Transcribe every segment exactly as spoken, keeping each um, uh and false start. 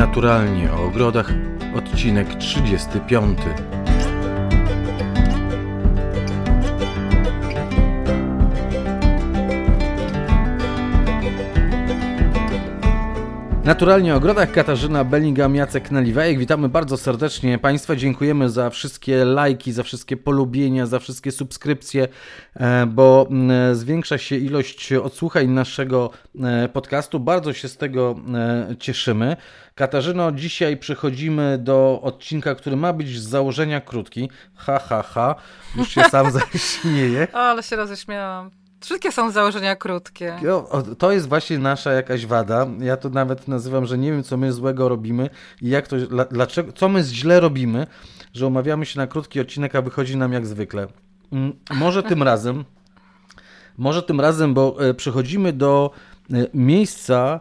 Naturalnie o ogrodach, odcinek trzydziesty piąty. Naturalnie o ogrodach, Katarzyna Bellingham, Jacek Naliwajek. Witamy bardzo serdecznie Państwa. Dziękujemy za wszystkie lajki, za wszystkie polubienia, za wszystkie subskrypcje, bo zwiększa się ilość odsłuchań naszego podcastu. Bardzo się z tego cieszymy. Katarzyno, dzisiaj przechodzimy do odcinka, który ma być z założenia krótki. Ha, ha, ha. Już się sam zaśmieję. O, ale się roześmiałam. Wszystkie są z założenia krótkie. To jest właśnie nasza jakaś wada. Ja to nawet nazywam, że nie wiem, co my złego robimy i jak to, dlaczego, co my źle robimy, że umawiamy się na krótki odcinek, a wychodzi nam jak zwykle. Może tym razem, może tym razem, bo przechodzimy do miejsca,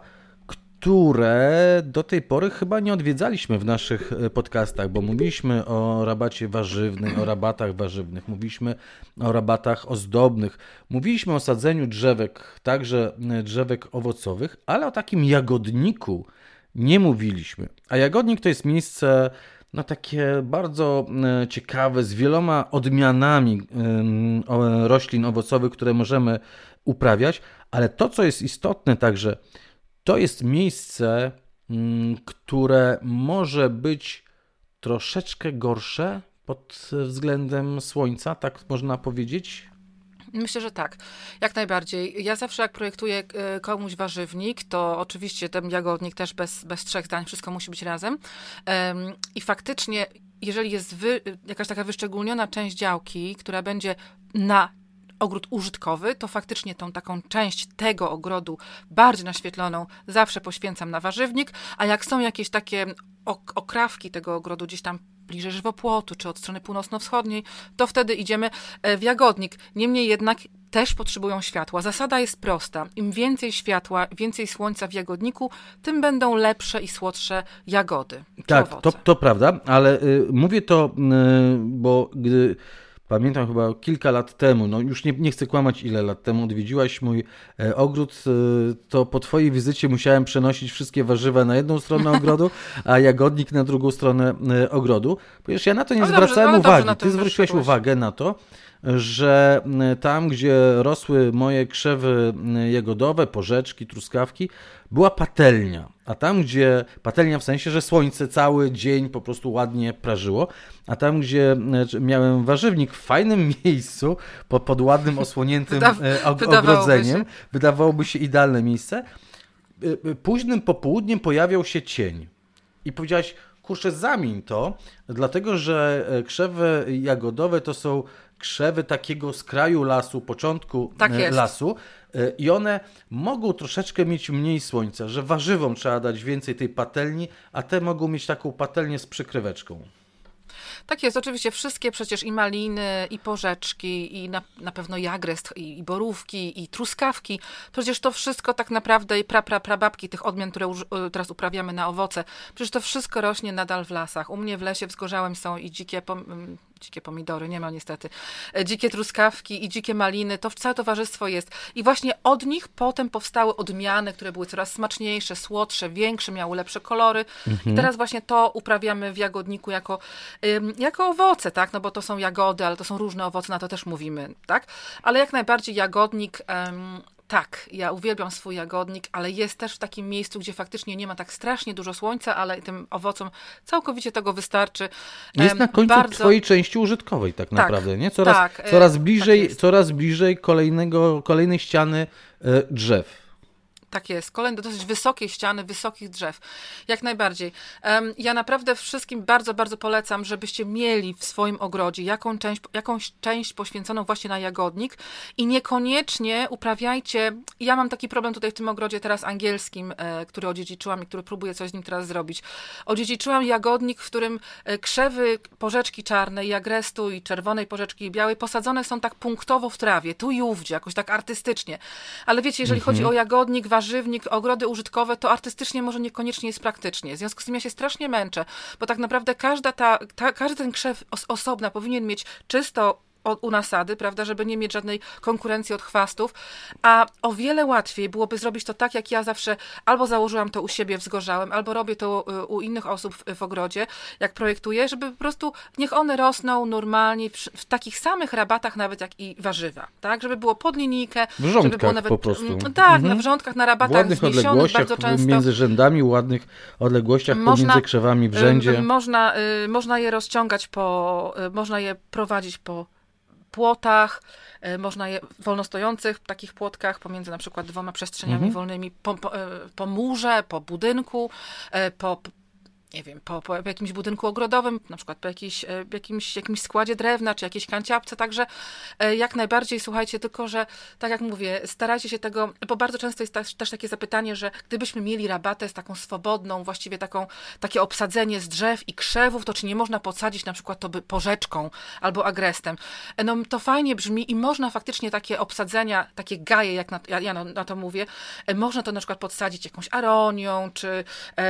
które do tej pory chyba nie odwiedzaliśmy w naszych podcastach, bo mówiliśmy o rabacie warzywnym, o rabatach warzywnych, mówiliśmy o rabatach ozdobnych, mówiliśmy o sadzeniu drzewek, także drzewek owocowych, ale o takim jagodniku nie mówiliśmy. A jagodnik to jest miejsce no takie bardzo ciekawe, z wieloma odmianami roślin owocowych, które możemy uprawiać, ale to, co jest istotne także, to jest miejsce, które może być troszeczkę gorsze pod względem słońca, tak można powiedzieć? Myślę, że tak. Jak najbardziej. Ja zawsze jak projektuję komuś warzywnik, to oczywiście ten jagodnik też bez, bez trzech zdań, wszystko musi być razem. I faktycznie, jeżeli jest wy, jakaś taka wyszczególniona część działki, która będzie na ogród użytkowy, to faktycznie tą taką część tego ogrodu bardziej naświetloną zawsze poświęcam na warzywnik, a jak są jakieś takie ok- okrawki tego ogrodu gdzieś tam bliżej żywopłotu, czy od strony północno-wschodniej, to wtedy idziemy w jagodnik. Niemniej jednak też potrzebują światła. Zasada jest prosta. Im więcej światła, więcej słońca w jagodniku, tym będą lepsze i słodsze jagody. Tak, to, to prawda, ale y, mówię to, y, bo gdy pamiętam chyba kilka lat temu, no już nie, nie chcę kłamać ile lat temu, odwiedziłaś mój e, ogród, e, to po twojej wizycie musiałem przenosić wszystkie warzywa na jedną stronę ogrodu, a jagodnik na drugą stronę e, ogrodu. Ponieważ ja na to nie ale zwracałem dobrze, uwagi. Ty zwróciłaś uwagę na to, że tam, gdzie rosły moje krzewy jagodowe, porzeczki, truskawki, była patelnia. A tam, gdzie patelnia w sensie, że słońce cały dzień po prostu ładnie prażyło, a tam, gdzie miałem warzywnik w fajnym miejscu, pod, pod ładnym, osłoniętym Wydaw- ogrodzeniem, się. wydawałoby się idealne miejsce, późnym popołudniem pojawiał się cień. I powiedziałaś, kurczę, zamień to, dlatego że krzewy jagodowe to są krzewy takiego skraju lasu, początku tak lasu i one mogą troszeczkę mieć mniej słońca, że warzywom trzeba dać więcej tej patelni, a te mogą mieć taką patelnię z przykryweczką. Tak jest, oczywiście wszystkie przecież i maliny, i porzeczki, i na, na pewno jagrest, i, i borówki, i truskawki. Przecież to wszystko tak naprawdę i pra, pra, prababki tych odmian, które uż, teraz uprawiamy na owoce, przecież to wszystko rośnie nadal w lasach. U mnie w lesie wzgorzałym są i dzikie pom- dzikie pomidory, nie ma niestety, dzikie truskawki i dzikie maliny, to całe towarzystwo jest. I właśnie od nich potem powstały odmiany, które były coraz smaczniejsze, słodsze, większe, miały lepsze kolory. Mhm. I teraz właśnie to uprawiamy w jagodniku jako, ym, jako owoce, tak? No bo to są jagody, ale to są różne owoce, na to też mówimy, tak? Ale jak najbardziej jagodnik... Ym, Tak, ja uwielbiam swój jagodnik, ale jest też w takim miejscu, gdzie faktycznie nie ma tak strasznie dużo słońca, ale tym owocom całkowicie tego wystarczy. Jest na końcu Bardzo... twojej części użytkowej tak, tak naprawdę, nie? Coraz, tak, coraz bliżej, tak coraz bliżej kolejnego, kolejnej ściany e, drzew. Tak jest, kolejne dosyć wysokie ściany, wysokich drzew. Jak najbardziej. Um, ja naprawdę wszystkim bardzo, bardzo polecam, żebyście mieli w swoim ogrodzie jaką część, jakąś część poświęconą właśnie na jagodnik i niekoniecznie uprawiajcie, ja mam taki problem tutaj w tym ogrodzie teraz angielskim, e, który odziedziczyłam i który próbuję coś z nim teraz zrobić. Odziedziczyłam jagodnik, w którym krzewy porzeczki czarnej, jagrestu i czerwonej porzeczki i białej posadzone są tak punktowo w trawie, tu i ówdzie, jakoś tak artystycznie. Ale wiecie, jeżeli mhm. chodzi o jagodnik, warzywnik, ogrody użytkowe, to artystycznie może niekoniecznie jest praktycznie. W związku z tym ja się strasznie męczę, bo tak naprawdę każda ta, ta, każdy ten krzew os- osobna powinien mieć czysto u nasady, prawda, żeby nie mieć żadnej konkurencji od chwastów, a o wiele łatwiej byłoby zrobić to tak, jak ja zawsze albo założyłam to u siebie w Zgorzałem, albo robię to u innych osób w, w ogrodzie, jak projektuję, żeby po prostu niech one rosną normalnie w, w takich samych rabatach nawet jak i warzywa, tak, żeby było pod linijkę, w rządkach żeby było nawet, po prostu. Tak, mhm. na wrzątkach, na rabatach w ładnych zniesionych odległościach, bardzo często. między rzędami, w ładnych odległościach, można, pomiędzy krzewami w rzędzie. Można, y, można je rozciągać po, y, można je prowadzić po płotach, y, można je w wolnostojących takich płotkach pomiędzy na przykład dwoma przestrzeniami mhm. wolnymi, po, po, y, po murze, po budynku, y, po nie wiem, po, po jakimś budynku ogrodowym, na przykład po jakiejś, jakimś, jakimś składzie drewna, czy jakiejś kanciapce, także jak najbardziej, słuchajcie, tylko że, tak jak mówię, starajcie się tego, bo bardzo często jest też, też takie zapytanie, że gdybyśmy mieli rabatę z taką swobodną, właściwie taką, takie obsadzenie z drzew i krzewów, to czy nie można podsadzić na przykład to by porzeczką albo agrestem. No to fajnie brzmi i można faktycznie takie obsadzenia, takie gaje, jak na, ja, ja na to mówię, można to na przykład podsadzić jakąś aronią, czy,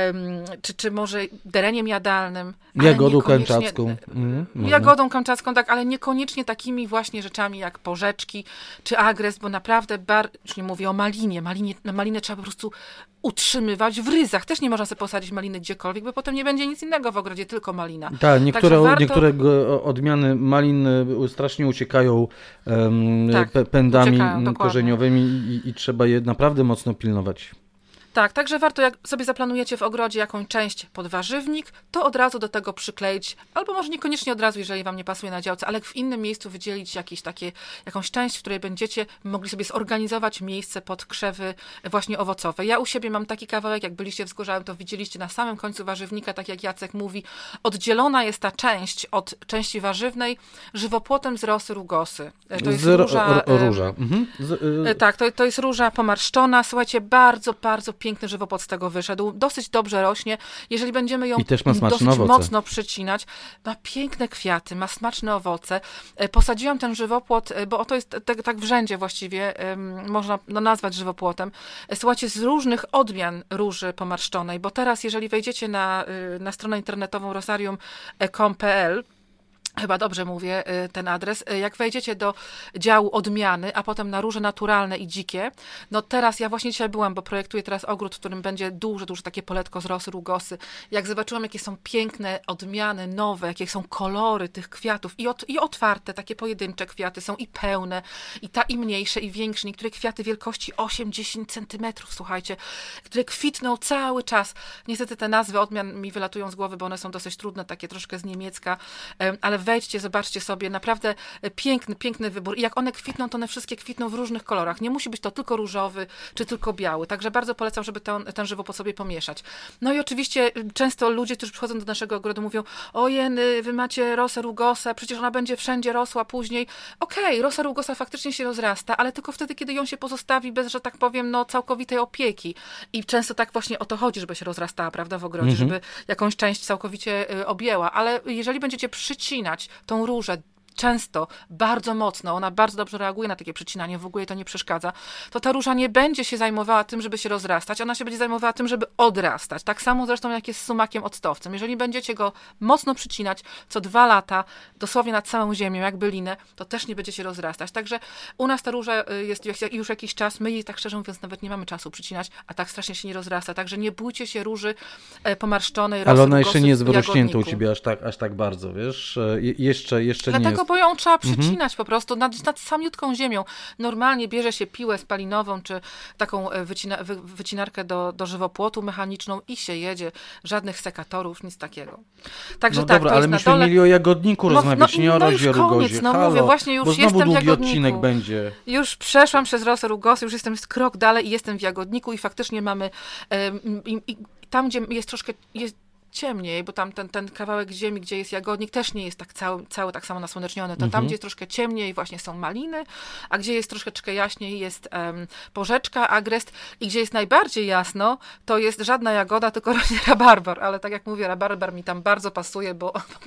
czy, czy może dereniem jadalnym. Jagodą kamczacką. Mm, jagodą kamczacką, tak, ale niekoniecznie takimi właśnie rzeczami jak porzeczki czy agrest, bo naprawdę, bar, już nie mówię o malinie, malinie, na malinę trzeba po prostu utrzymywać w ryzach. Też nie można sobie posadzić maliny gdziekolwiek, bo potem nie będzie nic innego w ogrodzie, tylko malina. Tak, niektóre, warto... niektóre odmiany malin strasznie uciekają um, tak, pędami uciekają, korzeniowymi i, i trzeba je naprawdę mocno pilnować. Tak, także warto, jak sobie zaplanujecie w ogrodzie jakąś część pod warzywnik, to od razu do tego przykleić, albo może niekoniecznie od razu, jeżeli wam nie pasuje na działce, ale w innym miejscu wydzielić jakieś takie, jakąś część, w której będziecie mogli sobie zorganizować miejsce pod krzewy właśnie owocowe. Ja u siebie mam taki kawałek, jak byliście w Zgorzałem, to widzieliście na samym końcu warzywnika, tak jak Jacek mówi, oddzielona jest ta część od części warzywnej żywopłotem z rosy rugosy. To jest z róża. róża. Mhm. Z, y... Tak, to, to jest róża pomarszczona. Słuchajcie, bardzo, bardzo piękny żywopłot z tego wyszedł. Dosyć dobrze rośnie. Jeżeli będziemy ją dosyć owoce. mocno przycinać, ma piękne kwiaty, ma smaczne owoce. Posadziłam ten żywopłot, bo oto jest tak, tak w rzędzie właściwie, um, można no, nazwać żywopłotem. Słuchajcie, z różnych odmian róży pomarszczonej, bo teraz, jeżeli wejdziecie na, na stronę internetową rosarium kropka com kropka p l, chyba dobrze mówię ten adres. Jak wejdziecie do działu odmiany, a potem na róże naturalne i dzikie, no teraz, ja właśnie dzisiaj byłam, bo projektuję teraz ogród, w którym będzie duże, duże takie poletko z rosy, rugosy. Jak zobaczyłam, jakie są piękne odmiany, nowe, jakie są kolory tych kwiatów i, ot, i otwarte, takie pojedyncze kwiaty są i pełne, i ta i mniejsze, i większe, niektóre kwiaty wielkości osiem do dziesięciu centymetrów, słuchajcie, które kwitną cały czas. Niestety te nazwy odmian mi wylatują z głowy, bo one są dosyć trudne, takie troszkę z niemiecka, ale wejdźcie, zobaczcie sobie, naprawdę piękny, piękny wybór. I jak one kwitną, to one wszystkie kwitną w różnych kolorach. Nie musi być to tylko różowy, czy tylko biały. Także bardzo polecam, żeby ten, ten żywopłot sobie pomieszać. No i oczywiście często ludzie, którzy przychodzą do naszego ogrodu, mówią: o jeny, wy macie rosę rugosa, przecież ona będzie wszędzie rosła później. Okej, okay, rosa rugosa faktycznie się rozrasta, ale tylko wtedy, kiedy ją się pozostawi bez, że tak powiem, no całkowitej opieki. I często tak właśnie o to chodzi, żeby się rozrastała, prawda, w ogrodzie, mhm. żeby jakąś część całkowicie objęła. Ale jeżeli będziecie przycinać tą różę często, bardzo mocno, ona bardzo dobrze reaguje na takie przycinanie, w ogóle to nie przeszkadza, to ta róża nie będzie się zajmowała tym, żeby się rozrastać, ona się będzie zajmowała tym, żeby odrastać. Tak samo zresztą jak jest z sumakiem octowcem. Jeżeli będziecie go mocno przycinać co dwa lata, dosłownie nad całą ziemią, jak bylinę, to też nie będzie się rozrastać. Także u nas ta róża jest już jakiś czas, my jej tak szczerze mówiąc nawet nie mamy czasu przycinać, a tak strasznie się nie rozrasta. Także nie bójcie się róży pomarszczonej, rosy, ale ona jeszcze nie jest wyrośnięta wyrośnięta u ciebie aż tak, aż tak bardzo, wiesz? Je, jeszcze, jeszcze Dlatego nie jest. bo ją trzeba przycinać mhm. po prostu nad, nad samiutką ziemią. Normalnie bierze się piłę spalinową, czy taką wycina, wy, wycinarkę do, do żywopłotu mechaniczną i się jedzie. Żadnych sekatorów, nic takiego. Także no tak, dobra, to ale jest myśmy dole... mieli o jagodniku no, rozmawiać, no, nie o no rozie już rugozie. koniec, no Halo, mówię, właśnie już bo znowu jestem w długi jagodniku. odcinek będzie. Już przeszłam przez rosę rugosy, już jestem krok dalej i jestem w jagodniku i faktycznie mamy um, i, i, tam, gdzie jest troszkę jest ciemniej, bo tam ten, ten kawałek ziemi, gdzie jest jagodnik, też nie jest tak cały, cały tak samo nasłoneczniony. To mhm. tam, gdzie jest troszkę ciemniej, właśnie są maliny, a gdzie jest troszeczkę jaśniej, jest um, porzeczka, agrest i gdzie jest najbardziej jasno, to jest żadna jagoda, tylko rośnie rabarbar, ale tak jak mówię, rabarbar mi tam bardzo pasuje, bo,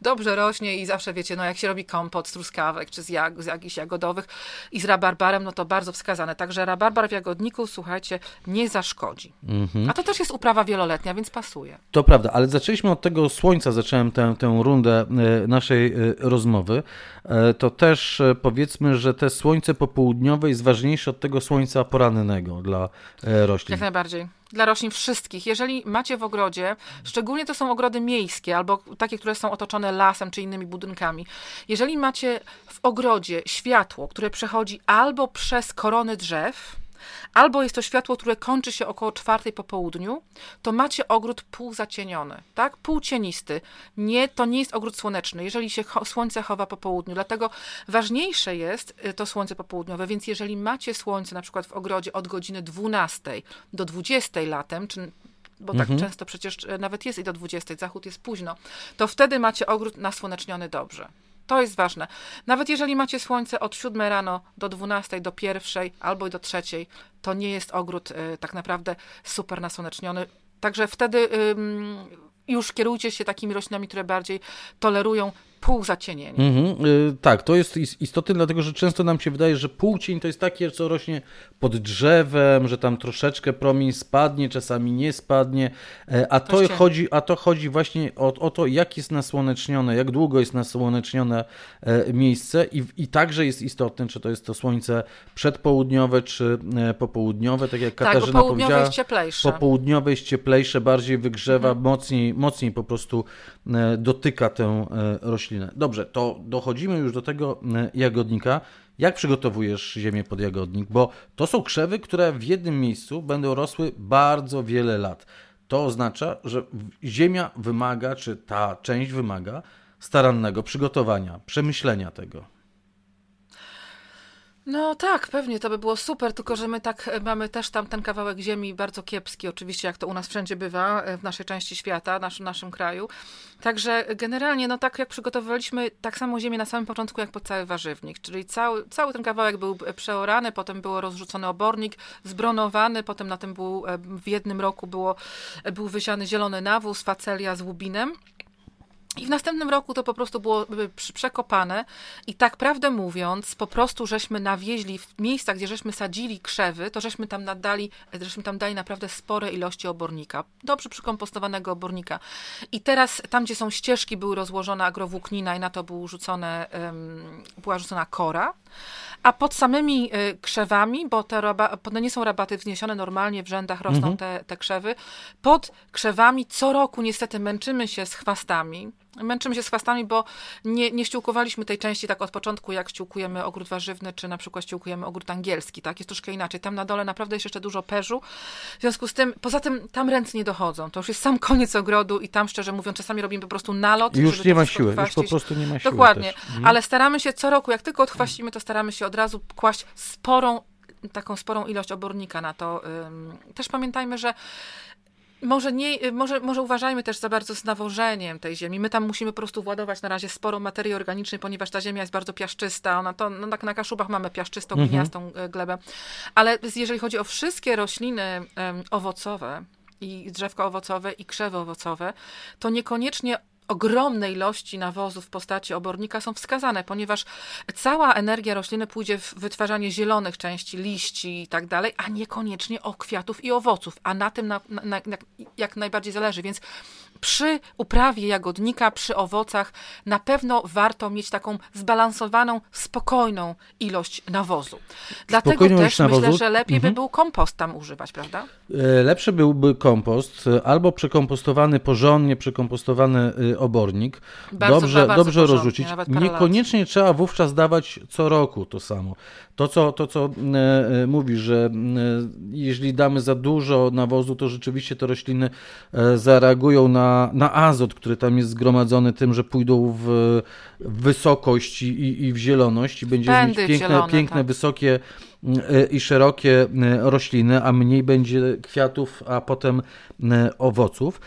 dobrze rośnie i zawsze wiecie, no jak się robi kompot z truskawek, czy z, jag, z jakichś jagodowych i z rabarbarem, no to bardzo wskazane. Także rabarbar w jagodniku, słuchajcie, nie zaszkodzi. Mhm. A to też jest uprawa wieloletnia, więc pasuje. To prawda, ale zaczęliśmy od tego słońca, zacząłem tę, tę rundę naszej rozmowy. To też powiedzmy, że te słońce popołudniowe jest ważniejsze od tego słońca porannego dla roślin. Jak najbardziej. Dla roślin wszystkich. Jeżeli macie w ogrodzie, szczególnie to są ogrody miejskie albo takie, które są otoczone lasem czy innymi budynkami. Jeżeli macie w ogrodzie światło, które przechodzi albo przez korony drzew, albo jest to światło, które kończy się około czwartej po południu, to macie ogród półzacieniony, tak? Półcienisty. Nie, to nie jest ogród słoneczny, jeżeli się cho- słońce chowa po południu. Dlatego ważniejsze jest to słońce popołudniowe, więc jeżeli macie słońce na przykład w ogrodzie od godziny dwunastej do dwudziestej latem, czy bo tak mhm. często przecież nawet jest i do dwudziestej, zachód jest późno, to wtedy macie ogród nasłoneczniony dobrze. To jest ważne. Nawet jeżeli macie słońce od siódmej rano do dwunastej, do pierwszej albo do trzeciej, to nie jest ogród y, tak naprawdę super nasłoneczniony. Także wtedy y, już kierujcie się takimi roślinami, które bardziej tolerują półzacienienie. Mhm, y, tak, to jest istotne, dlatego że często nam się wydaje, że półcień to jest takie, co rośnie pod drzewem, że tam troszeczkę promień spadnie, czasami nie spadnie, a to, chodzi, a to chodzi właśnie o, o to, jak jest nasłonecznione, jak długo jest nasłonecznione miejsce i, i także jest istotne, czy to jest to słońce przedpołudniowe, czy popołudniowe, tak jak Katarzyna tak, bo południowe powiedziała. Jest cieplejsze. Popołudniowe jest cieplejsze, bardziej wygrzewa, mhm. mocniej, mocniej po prostu dotyka tę roślinę. Dobrze, to dochodzimy już do tego jagodnika. Jak przygotowujesz ziemię pod jagodnik? Bo to są krzewy, które w jednym miejscu będą rosły bardzo wiele lat. To oznacza, że ziemia wymaga, czy ta część wymaga starannego przygotowania, przemyślenia tego. No tak, pewnie, to by było super, tylko że my tak mamy też tam ten kawałek ziemi bardzo kiepski, oczywiście jak to u nas wszędzie bywa, w naszej części świata, naszym, naszym kraju. Także generalnie, no tak jak przygotowywaliśmy tak samo ziemię na samym początku, jak pod cały warzywnik, czyli cały, cały ten kawałek był przeorany, potem było rozrzucony obornik, zbronowany, potem na tym był, w jednym roku było, był wysiany zielony nawóz, facelia z łubinem. I w następnym roku to po prostu było przekopane i tak prawdę mówiąc, po prostu żeśmy nawieźli w miejscach, gdzie żeśmy sadzili krzewy, to żeśmy tam nadali, żeśmy tam dali naprawdę spore ilości obornika, dobrze przykompostowanego obornika. I teraz tam, gdzie są ścieżki, były rozłożona agrowłóknina i na to był rzucone, um, była rzucona kora, a pod samymi y, krzewami, bo te raba, no nie są rabaty wzniesione, normalnie w rzędach rosną mhm. te, te krzewy, pod krzewami co roku niestety męczymy się z chwastami. Męczymy się z chwastami, bo nie, nie ściółkowaliśmy tej części tak od początku, jak ściółkujemy ogród warzywny, czy na przykład ściółkujemy ogród angielski, tak? Jest troszkę inaczej. Tam na dole naprawdę jest jeszcze dużo perzu. W związku z tym, poza tym tam ręce nie dochodzą. To już jest sam koniec ogrodu i tam, szczerze mówiąc, czasami robimy po prostu nalot. Już żeby nie ma siły, już po prostu nie ma siły. Dokładnie, mhm. ale staramy się co roku, jak tylko odchwaścimy, to staramy się od razu kłaść sporą, taką sporą ilość obornika na to. Też pamiętajmy, że Może, nie, może, może uważajmy też za bardzo z nawożeniem tej ziemi. My tam musimy po prostu władować na razie sporą materii organicznej, ponieważ ta ziemia jest bardzo piaszczysta. Ona to, no tak na Kaszubach mamy piaszczystą, mhm. gliniastą glebę. Ale jeżeli chodzi o wszystkie rośliny um, owocowe i drzewka owocowe i krzewy owocowe, to niekoniecznie ogromne ilości nawozów w postaci obornika są wskazane, ponieważ cała energia rośliny pójdzie w wytwarzanie zielonych części, liści i tak dalej, a niekoniecznie o kwiatów i owoców, a na tym na, na, na, jak najbardziej zależy, więc przy uprawie jagodnika, przy owocach na pewno warto mieć taką zbalansowaną, spokojną ilość nawozu. Dlatego Spokojną też nawozu. myślę, że lepiej mhm. by był kompost tam używać, prawda? Lepszy byłby kompost, albo przekompostowany, porządnie przekompostowany obornik, bardzo, dobrze, bardzo dobrze rozrzucić. Niekoniecznie lat. Trzeba wówczas dawać co roku to samo. To, co, to, co e, mówisz, że e, jeśli damy za dużo nawozu, to rzeczywiście te rośliny e, zareagują na, na azot, który tam jest zgromadzony tym, że pójdą w, w wysokość i, i w zieloność i będziemy mieć piękne, zielone, piękne tak. wysokie i szerokie rośliny, a mniej będzie kwiatów, a potem owoców.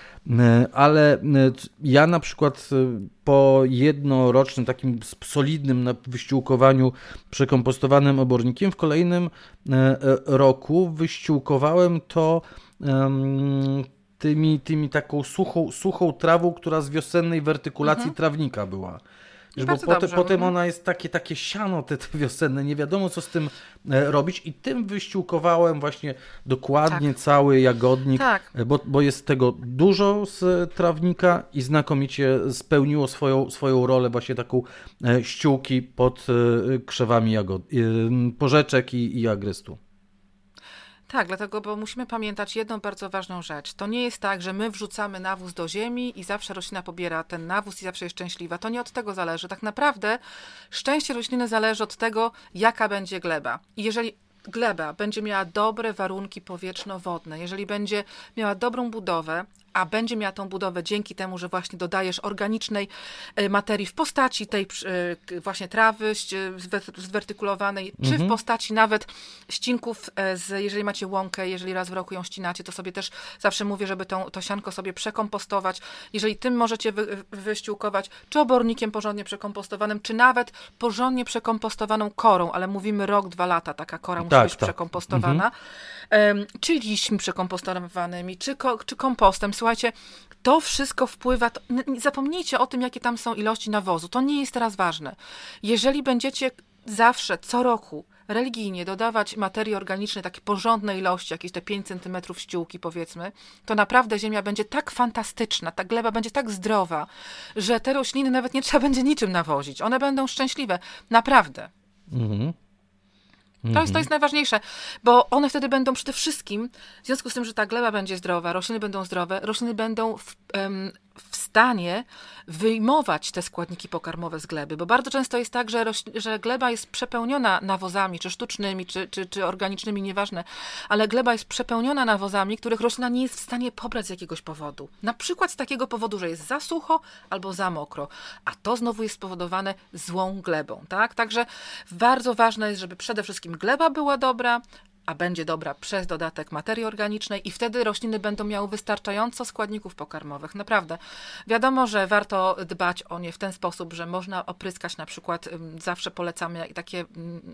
Ale ja na przykład po jednorocznym takim solidnym wyściółkowaniu przekompostowanym obornikiem w kolejnym roku wyściółkowałem to tymi, tymi taką suchą, suchą trawą, która z wiosennej wertykulacji mhm. trawnika była. Wiesz, bo potem, potem ona jest takie, takie siano te, te wiosenne, nie wiadomo co z tym e, robić i tym wyściółkowałem właśnie dokładnie tak. cały jagodnik, tak. bo, bo jest tego dużo z trawnika i znakomicie spełniło swoją, swoją rolę właśnie taką e, ściółki pod e, krzewami jagod, e, porzeczek i, i agrestu. Tak, dlatego, bo musimy pamiętać jedną bardzo ważną rzecz. To nie jest tak, że my wrzucamy nawóz do ziemi i zawsze roślina pobiera ten nawóz i zawsze jest szczęśliwa. To nie od tego zależy. Tak naprawdę szczęście rośliny zależy od tego, jaka będzie gleba. I jeżeli gleba będzie miała dobre warunki powietrzno-wodne, jeżeli będzie miała dobrą budowę, a będzie miała tą budowę dzięki temu, że właśnie dodajesz organicznej materii w postaci tej właśnie trawy zwertykulowanej, mhm. czy w postaci nawet ścinków, z, jeżeli macie łąkę, jeżeli raz w roku ją ścinacie, to sobie też zawsze mówię, żeby tą, to sianko sobie przekompostować. Jeżeli tym możecie wy, wyściółkować, czy obornikiem porządnie przekompostowanym, czy nawet porządnie przekompostowaną korą, ale mówimy rok, dwa lata, taka kora musi tak, być tak. przekompostowana, mhm. um, czy liśćmi przekompostowanymi, czy, ko, czy kompostem. Słuchajcie, to wszystko wpływa, to, nie zapomnijcie o tym, jakie tam są ilości nawozu. To nie jest teraz ważne. Jeżeli będziecie zawsze, co roku religijnie dodawać materii organicznej, takie porządne ilości, jakieś te pięć centymetrów ściółki powiedzmy, to naprawdę ziemia będzie tak fantastyczna, ta gleba będzie tak zdrowa, że te rośliny nawet nie trzeba będzie niczym nawozić. One będą szczęśliwe. Naprawdę. Mhm. To jest, to jest najważniejsze, bo one wtedy będą przede wszystkim, w związku z tym, że ta gleba będzie zdrowa, rośliny będą zdrowe, rośliny będą w, um, w stanie wyjmować te składniki pokarmowe z gleby, bo bardzo często jest tak, że, roś, że gleba jest przepełniona nawozami, czy sztucznymi, czy, czy, czy organicznymi, nieważne, ale gleba jest przepełniona nawozami, których roślina nie jest w stanie pobrać z jakiegoś powodu. Na przykład z takiego powodu, że jest za sucho albo za mokro, a to znowu jest spowodowane złą glebą, tak? Także bardzo ważne jest, żeby przede wszystkim gleba była dobra, a będzie dobra przez dodatek materii organicznej i wtedy rośliny będą miały wystarczająco składników pokarmowych. Naprawdę. Wiadomo, że warto dbać o nie w ten sposób, że można opryskać na przykład, zawsze polecamy takie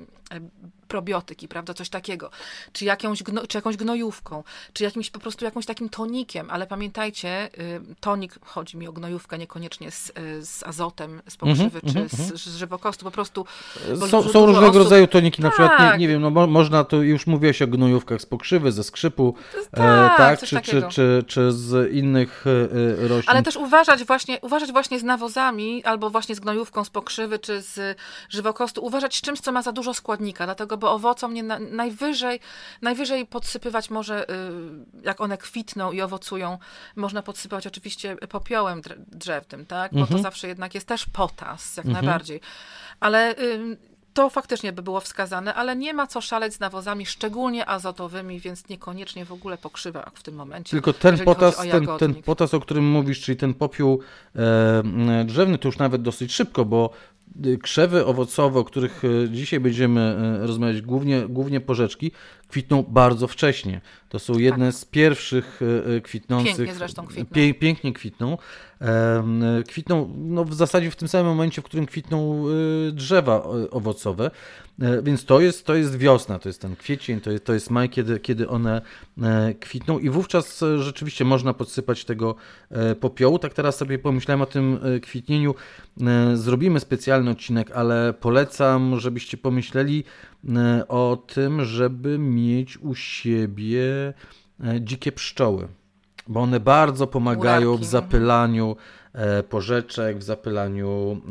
probiotyki, prawda, coś takiego, czy, jakąś gno, czy jakąś gnojówką, czy jakimś po prostu jakimś takim tonikiem, ale pamiętajcie, tonik, chodzi mi o gnojówkę niekoniecznie z, z azotem, z pokrzywy, mm-hmm, czy mm-hmm. z, z żywokostu, po prostu. Są, są różnego osób... rodzaju toniki, na tak. przykład, nie, nie wiem, no mo, można to już mówiłeś o gnojówkach z pokrzywy, ze skrzypu, tak, e, tak czy, czy, czy, czy z innych e, roślin. Ale też uważać właśnie, uważać właśnie z nawozami, albo właśnie z gnojówką z pokrzywy, czy z żywokostu, uważać z czymś, co ma za dużo składnika, dlatego, bo owocom nie na, najwyżej, najwyżej podsypywać może, jak one kwitną i owocują, można podsypać oczywiście popiołem drzewnym, tak, bo mhm. to zawsze jednak jest też potas, jak mhm. najbardziej, ale to faktycznie by było wskazane, ale nie ma co szaleć z nawozami, szczególnie azotowymi, więc niekoniecznie w ogóle pokrzywa w tym momencie. Tylko ten potas, o ten, ten potas, o którym mówisz, czyli ten popiół e, drzewny, to już nawet dosyć szybko, bo krzewy owocowe, o których dzisiaj będziemy rozmawiać, głównie, głównie porzeczki, kwitną bardzo wcześnie. To są jedne tak. z pierwszych kwitnących. Pięknie zresztą kwitną. Pie, pięknie kwitną. Kwitną no, w zasadzie w tym samym momencie, w którym kwitną drzewa owocowe. Więc to jest, to jest wiosna, to jest ten kwiecień, to jest, to jest maj, kiedy, kiedy one kwitną i wówczas rzeczywiście można podsypać tego popiołu. Tak teraz sobie pomyślałem o tym kwitnieniu. Zrobimy specjalny odcinek, ale polecam, żebyście pomyśleli o tym, żeby mieć u siebie dzikie pszczoły, bo one bardzo pomagają Murarki. w zapylaniu porzeczek, w zapylaniu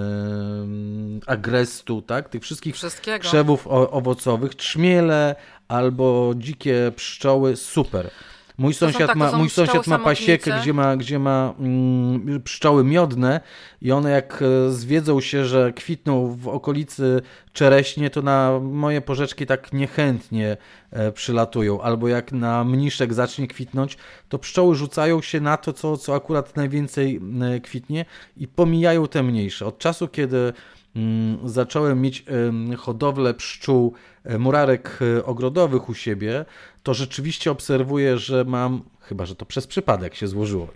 e, agrestu, tak? Tych wszystkich Wszystkiego. krzewów owocowych, trzmiele albo dzikie pszczoły, super. Mój sąsiad, tak, ma, mój sąsiad ma pasiekę, gdzie ma, gdzie ma mm, pszczoły miodne i one jak zwiedzą się, że kwitną w okolicy czereśnie, to na moje porzeczki tak niechętnie e, przylatują. Albo jak na mniszek zacznie kwitnąć, to pszczoły rzucają się na to, co, co akurat najwięcej e, kwitnie i pomijają te mniejsze. Od czasu, kiedy mm, zacząłem mieć e, hodowlę pszczół, e, murarek e, ogrodowych u siebie, to rzeczywiście obserwuję, że mam, chyba że to przez przypadek się złożyło,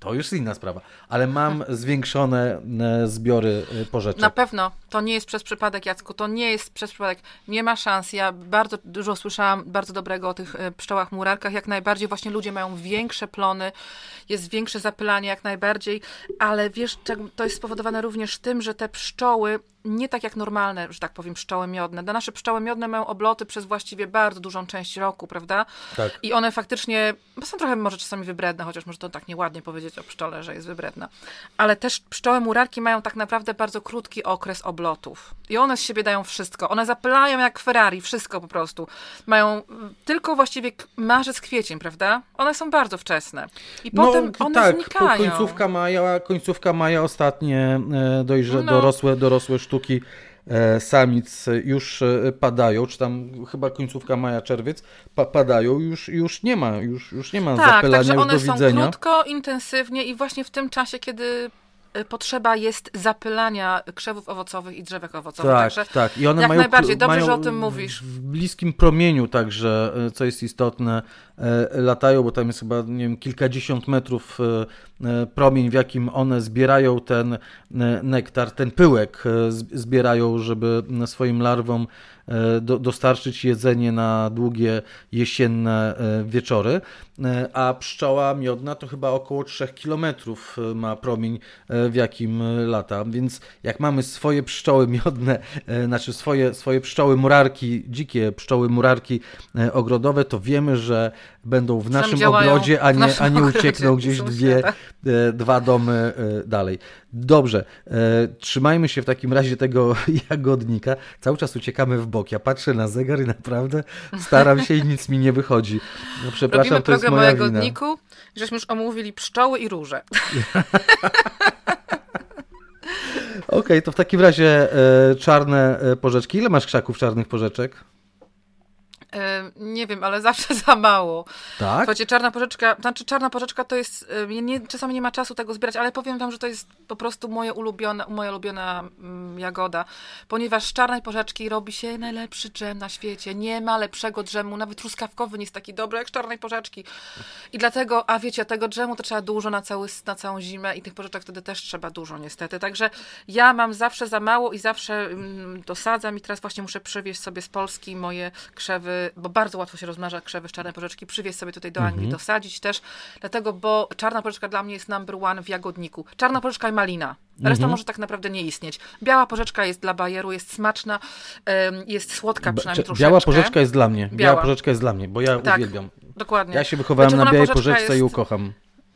to już inna sprawa. Ale mam zwiększone zbiory porzeczek. Na pewno. To nie jest przez przypadek, Jacku. To nie jest przez przypadek. Nie ma szans. Ja bardzo dużo słyszałam bardzo dobrego o tych pszczołach murarkach. Jak najbardziej właśnie ludzie mają większe plony, jest większe zapylanie jak najbardziej, ale wiesz, to jest spowodowane również tym, że te pszczoły nie tak jak normalne, że tak powiem, pszczoły miodne. Te nasze pszczoły miodne mają obloty przez właściwie bardzo dużą część roku, prawda? Tak. I one faktycznie, bo są trochę może czasami wybredne, chociaż może to tak nieładnie powiedzieć o pszczole, że jest wybredna. Ale też pszczoły murarki mają tak naprawdę bardzo krótki okres oblotów. I one z siebie dają wszystko. One zapylają jak Ferrari, wszystko po prostu. Mają tylko właściwie marzec, kwiecień, prawda? One są bardzo wczesne. I no, potem one tak, znikają. Końcówka maja, końcówka maja ostatnie dojrze, no. dorosłe, dorosłe sztuki samic już padają, czy tam chyba końcówka maja, czerwiec, pa, padają, już, już nie ma, już, już nie ma tak, zapylania, już one do są widzenia. Krótko, intensywnie i właśnie w tym czasie, kiedy potrzeba jest zapylania krzewów owocowych i drzewek owocowych. Tak, także tak. I one jak mają, najbardziej. Dobrze, mają że o tym mówisz. W bliskim promieniu także, co jest istotne, latają, bo tam jest chyba, nie wiem, kilkadziesiąt metrów promień, w jakim one zbierają ten nektar, ten pyłek zbierają, żeby swoim larwom do, dostarczyć jedzenie na długie jesienne wieczory, a pszczoła miodna to chyba około trzech kilometrów ma promień, w jakim lata, więc jak mamy swoje pszczoły miodne, znaczy swoje, swoje pszczoły murarki, dzikie pszczoły murarki ogrodowe, to wiemy, że będą w naszym ogrodzie, a nie, a nie uciekną gdzieś dwie, dwa domy dalej. Dobrze, trzymajmy się w takim razie tego jagodnika. Cały czas uciekamy w bok. Ja patrzę na zegar i naprawdę staram się i nic mi nie wychodzi. No, przepraszam, Robimy to jest program moja o jagodniku, wina. żeśmy już omówili pszczoły i róże. Okej, okay, to w takim razie e, czarne porzeczki. Ile masz krzaków czarnych porzeczek? Nie wiem, ale zawsze za mało. Tak? Słuchajcie, czarna porzeczka, znaczy czarna porzeczka to jest, nie, czasami nie ma czasu tego zbierać, ale powiem wam, że to jest po prostu moje ulubione, moja ulubiona mm, jagoda, ponieważ z czarnej porzeczki robi się najlepszy dżem na świecie. Nie ma lepszego dżemu, nawet truskawkowy nie jest taki dobry jak z czarnej porzeczki. I dlatego, a wiecie, tego dżemu to trzeba dużo na, cały, na całą zimę i tych porzeczek wtedy też trzeba dużo niestety. Także ja mam zawsze za mało i zawsze mm, dosadzam i teraz właśnie muszę przywieźć sobie z Polski moje krzewy, bo bardzo łatwo się rozmnaża krzewy z czarnej porzeczki, przywieźć sobie tutaj do Anglii, mhm. dosadzić też, dlatego, bo czarna porzeczka dla mnie jest number one w jagodniku. Czarna porzeczka i malina. Reszta mhm. może tak naprawdę nie istnieć. Biała porzeczka jest dla bajeru, jest smaczna, jest słodka przynajmniej troszeczkę. Biała porzeczka jest dla mnie. Biała, Biała. porzeczka jest dla mnie, bo ja tak, uwielbiam. Dokładnie. Ja się wychowałem Czerwona na białej porzeczka porzeczce jest... i ją kocham.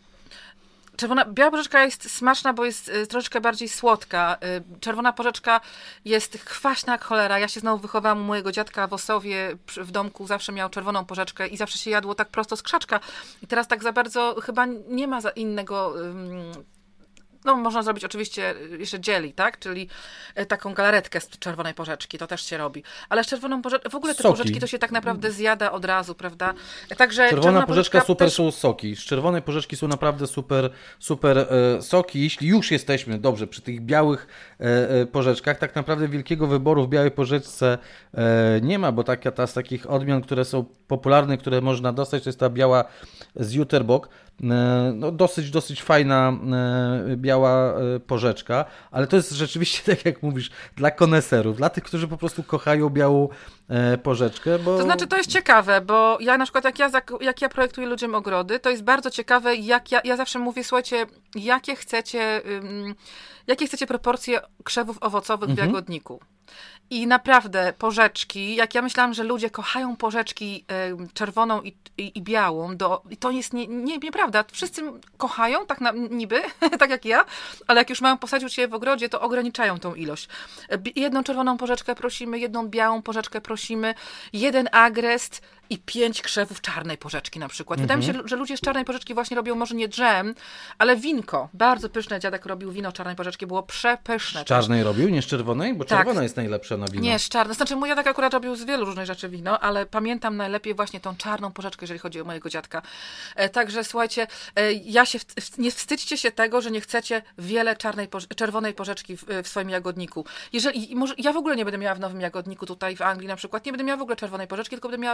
Czerwona, biała porzeczka jest smaczna, bo jest y, troszeczkę bardziej słodka. Y, czerwona porzeczka jest kwaśna jak cholera. Ja się znowu wychowałam u mojego dziadka w Osowie, przy, w domku zawsze miał czerwoną porzeczkę i zawsze się jadło tak prosto z krzaczka. I teraz tak za bardzo chyba nie ma za innego... Y, no można zrobić oczywiście jeszcze jelly, tak? Czyli taką galaretkę z czerwonej porzeczki, to też się robi. Ale z czerwoną porzeczką, w ogóle te soki. porzeczki to się tak naprawdę zjada od razu, prawda? Także czerwona porzeczka super też... są soki. Z czerwonej porzeczki są naprawdę super, super e, soki. Jeśli już jesteśmy, dobrze, przy tych białych e, e, porzeczkach, tak naprawdę wielkiego wyboru w białej porzeczce e, nie ma, bo taka, ta z takich odmian, które są popularne, które można dostać, to jest ta biała z Jutterbok. No, dosyć, dosyć fajna e, biała e, porzeczka, ale to jest rzeczywiście, tak jak mówisz, dla koneserów, dla tych, którzy po prostu kochają białą e, porzeczkę. Bo... To znaczy, to jest ciekawe, bo ja na przykład, jak ja, jak ja projektuję ludziom ogrody, to jest bardzo ciekawe, jak ja, ja zawsze mówię, słuchajcie, jakie chcecie, um, jakie chcecie proporcje krzewów owocowych mhm. w jagodniku. I naprawdę porzeczki, jak ja myślałam, że ludzie kochają porzeczki y, czerwoną i, i, i białą, do, i to jest nie, nie, nieprawda. Wszyscy kochają, tak na, niby, tak jak ja, ale jak już mają posadzić je w ogrodzie, to ograniczają tą ilość. Jedną czerwoną porzeczkę prosimy, jedną białą porzeczkę prosimy, jeden agrest i pięć krzewów czarnej porzeczki na przykład. Wydaje mhm. mi się, że ludzie z czarnej porzeczki właśnie robią może nie dżem, ale winko. Bardzo pyszne. Dziadek robił wino czarnej porzeczki, było przepyszne. Z czarnej też. Robił, nie z czerwonej? Bo tak. czerwona jest najlepsza na wino. Nie, z czarnej. Znaczy mój dziadek akurat robił z wielu różnych rzeczy wino, ale pamiętam najlepiej właśnie tą czarną porzeczkę, jeżeli chodzi o mojego dziadka. E, także słuchajcie, e, ja się, w, nie wstydźcie się tego, że nie chcecie wiele czarnej, czerwonej porzeczki w, w swoim jagodniku. Jeżeli, może, ja w ogóle nie będę miała w nowym jagodniku tutaj w Anglii na przykład, nie będę miała w ogóle czerwonej porzeczki, tylko będę miała białą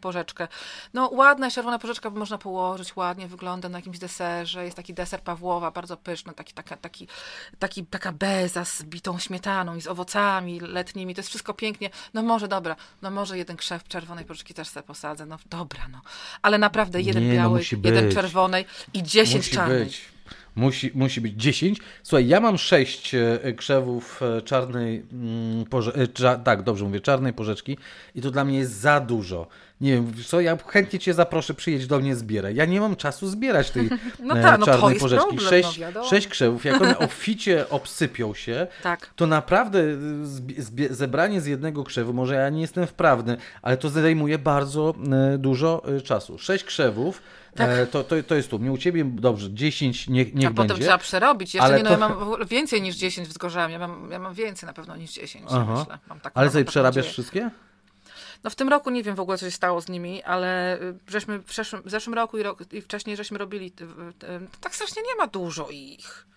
porzeczkę. No ładna czerwona porzeczka można położyć, ładnie wygląda na jakimś deserze. Jest taki deser Pawłowa, bardzo pyszny, taki, taka, taki, taki, taka beza z bitą śmietaną i z owocami letnimi. To jest wszystko pięknie. No może dobra, no może jeden krzew czerwonej porzeczki też sobie posadzę. No dobra, no. Ale naprawdę jeden Nie, no białej, musi jeden być. czerwonej i dziesięć Musi czarnej. być. Musi, musi być dziesięć. Słuchaj, ja mam sześć krzewów czarnej, mm, porze- cza- tak, dobrze mówię, czarnej porzeczki i to dla mnie jest za dużo. Nie wiem, co, ja chętnie cię zaproszę, przyjedź do mnie, zbieraj. Ja nie mam czasu zbierać tej No e, tak, no to czarnej jest porzeczki. problem, Sześć, no wiadomo. sześć krzewów, jak one obficie obsypią się, Tak. to naprawdę zbie- zbie- zebranie z jednego krzewu, może ja nie jestem wprawny, ale to zajmuje bardzo e, dużo e, czasu. Sześć krzewów, Tak. e, to, to, to jest tu. Mnie u ciebie, dobrze, dziesięć nie, niech A potem będzie. trzeba przerobić. Jeszcze ale nie, no to- ja mam w ogóle więcej niż dziesięć wzgorzałem. Ja mam, ja mam więcej na pewno niż dziesięć, Aha. myślę. Mam taką, Ale mam sobie taką przerabiasz nadzieję. wszystkie? No w tym roku nie wiem w ogóle, co się stało z nimi, ale y, żeśmy w, przeszłym, w zeszłym roku i, rok, i wcześniej żeśmy robili, y, y, y, tak strasznie nie ma dużo ich.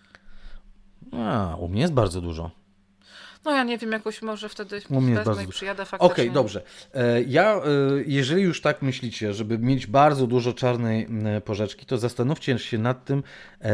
A, u mnie jest bardzo dużo. No ja nie wiem, jakoś może wtedy U mnie jest wezmę bardzo i dużo. przyjadę faktycznie. Okej, dobrze. E, Ja, e, jeżeli już tak myślicie, żeby mieć bardzo dużo czarnej m, porzeczki, to zastanówcie się nad tym, e,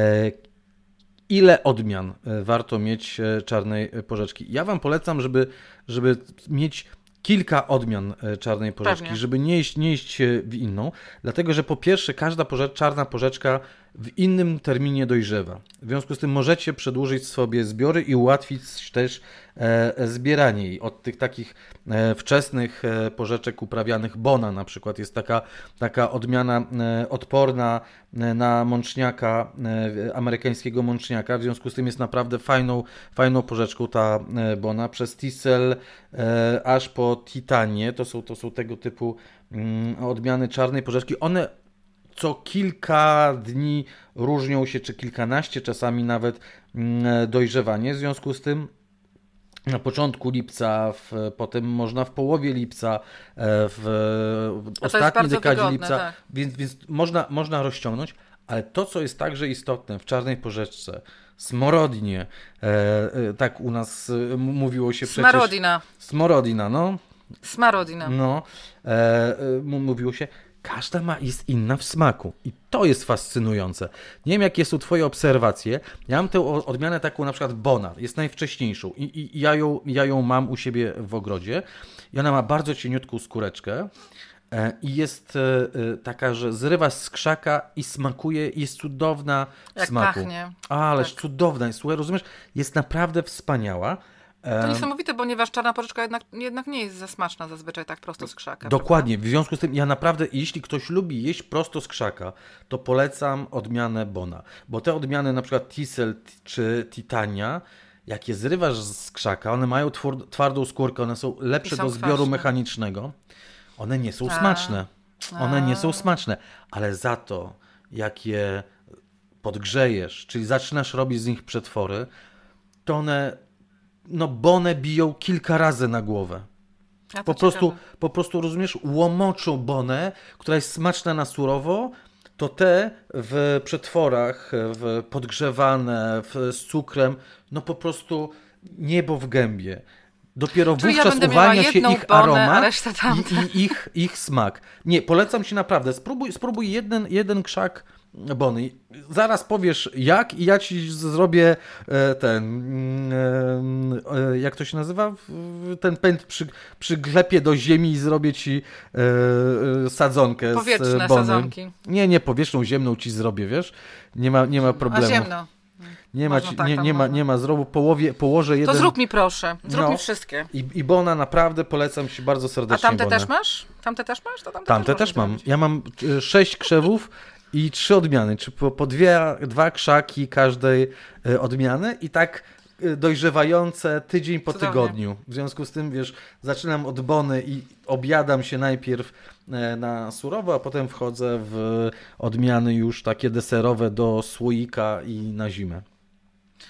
ile odmian e, warto mieć e, czarnej e, porzeczki. Ja wam polecam, żeby, żeby mieć kilka odmian e, czarnej porzeczki, Pewnie. żeby nie iść, nie iść e, w inną, dlatego że po pierwsze każda porze- czarna porzeczka w innym terminie dojrzewa. W związku z tym możecie przedłużyć sobie zbiory i ułatwić też e, zbieranie jej. Od tych takich e, wczesnych e, porzeczek uprawianych bona na przykład jest taka, taka odmiana e, odporna e, na mączniaka, e, amerykańskiego mączniaka. W związku z tym jest naprawdę fajną, fajną porzeczką ta e, bona. Przez Tissel e, aż po Titanię, to są, to są tego typu mm, odmiany czarnej porzeczki. One co kilka dni różnią się, czy kilkanaście czasami nawet mm, dojrzewanie. W związku z tym na początku lipca, w, potem można w połowie lipca, e, w, w jest ostatniej bardzo dekadzie wygodne, lipca, tak. więc, więc można, można rozciągnąć, ale to, co jest także istotne w czarnej porzeczce, smorodnie, e, e, tak u nas e, m- mówiło się przecież... Smarodina. Smorodina, no. Smarodina. No, e, e, m- mówiło się, każda ma, jest inna w smaku i to jest fascynujące. Nie wiem, jakie są twoje obserwacje. Ja mam tę o- odmianę taką na przykład Bona, jest najwcześniejszą i, i ja, ją, ja ją mam u siebie w ogrodzie i ona ma bardzo cieniutką skóreczkę e, i jest e, e, taka, że zrywa z krzaka i smakuje, jest cudowna w Jak smaku. pachnie. Ależ Tak. cudowna jest, słuchaj, rozumiesz, jest naprawdę wspaniała. To niesamowite, ponieważ czarna porzeczka jednak, jednak nie jest za smaczna zazwyczaj tak prosto z krzaka. Dokładnie. W związku z tym ja naprawdę, jeśli ktoś lubi jeść prosto z krzaka, to polecam odmianę Bona. Bo te odmiany, na przykład Tissel t- czy Titania, jak je zrywasz z krzaka, one mają twór- twardą skórkę, one są lepsze I są do zbioru kwaśne. mechanicznego. One nie są A. smaczne. One nie są A. smaczne. Ale za to, jak je podgrzejesz, czyli zaczynasz robić z nich przetwory, to one, no bonę biją kilka razy na głowę. A to Po prostu, ciekawe. po prostu, rozumiesz, łomoczą bonę, która jest smaczna na surowo, to te w przetworach, w podgrzewane w, z cukrem, no po prostu niebo w gębie. Dopiero Czyli ja wówczas będę miała uwalnia się jedną ich bonę, a aromat resztę tamte. i, i ich, ich smak. Nie, polecam ci naprawdę, spróbuj, spróbuj jeden, jeden krzak bony. Zaraz powiesz jak i ja ci zrobię e, ten, mm, e, jak to się nazywa? W- Ten pęd przy, przyglepię do ziemi i zrobię ci e, e, sadzonkę Powietrzne z bony. sadzonki. Nie, nie, powietrzną, ziemną ci zrobię, wiesz? Nie ma, nie ma A problemu. ziemno. Nie ma, Można ci, tak, nie, tam nie ma, można. nie ma zrobił, połowie, położę jeden... To zrób mi proszę. Zrób No. mi wszystkie. I, I Bona naprawdę polecam ci bardzo A serdecznie. tamte Bonę. też masz? Tamte też masz? To tamte, Tamte też też można mam. zrobić. Ja mam e, sześć krzewów i trzy odmiany, czy po, po dwie, dwa krzaki każdej e, odmiany i tak e, dojrzewające tydzień po Cudownie. tygodniu. W związku z tym, wiesz, zaczynam od Bony i objadam się najpierw e, na surowo, a potem wchodzę w odmiany już takie deserowe do słoika i na zimę.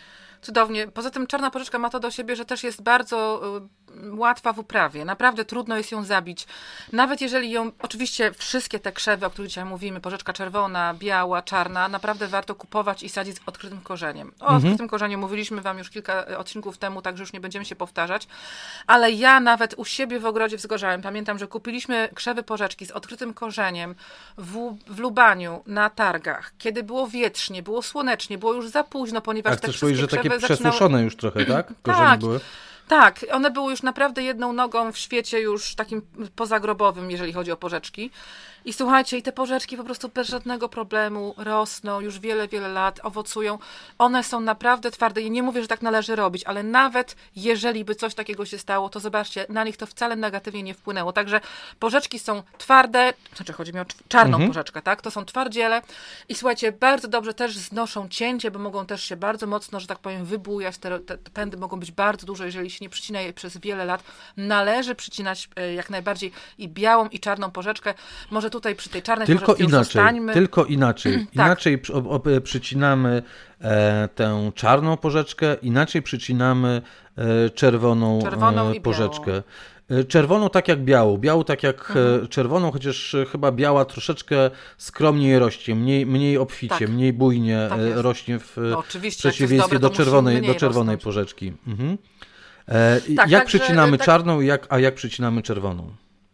Cudownie. Poza tym czarna porzeczka ma to do siebie, że też jest bardzo y, łatwa w uprawie. Naprawdę trudno jest ją zabić. Nawet jeżeli ją, oczywiście wszystkie te krzewy, o których dzisiaj mówimy, porzeczka czerwona, biała, czarna, naprawdę warto kupować i sadzić z odkrytym korzeniem. O mhm. odkrytym korzeniu mówiliśmy wam już kilka odcinków temu, także już nie będziemy się powtarzać. Ale ja nawet u siebie w ogrodzie w Zgorzałem pamiętam, że kupiliśmy krzewy porzeczki z odkrytym korzeniem w, w Lubaniu na targach, kiedy było wietrznie, było słonecznie, było już za późno, ponieważ A te chcesz powiedzieć, że takie zaczynały... przesuszone już trochę, tak? Korzenie tak. były? Tak, one były już naprawdę jedną nogą w świecie już takim pozagrobowym, jeżeli chodzi o porzeczki. I słuchajcie, i te porzeczki po prostu bez żadnego problemu rosną już wiele, wiele lat, owocują. One są naprawdę twarde i nie mówię, że tak należy robić, ale nawet jeżeli by coś takiego się stało, to zobaczcie, na nich to wcale negatywnie nie wpłynęło. Także porzeczki są twarde, znaczy chodzi mi o czarną mhm. porzeczkę, tak? To są twardziele i słuchajcie, bardzo dobrze też znoszą cięcie, bo mogą też się bardzo mocno, że tak powiem, wybujać. Te, te, te pędy mogą być bardzo duże, jeżeli się nie przycina je przez wiele lat. Należy przycinać jak najbardziej i białą, i czarną porzeczkę. Może tutaj przy tej czarnej tylko porzeczce inaczej, już zostańmy. Tylko inaczej. tak. Inaczej przy, o, o, przycinamy e, tę czarną porzeczkę, inaczej przycinamy e, czerwoną, czerwoną e, porzeczkę. E, czerwoną tak jak białą, białą tak jak mhm. czerwoną, chociaż chyba biała troszeczkę skromniej rośnie, mniej, mniej obficie, tak. mniej bujnie tak rośnie w no, przeciwieństwie do czerwonej, do czerwonej porzeczki. Mhm. E, tak, jak także, przycinamy tak... czarną, jak, a jak przycinamy czerwoną?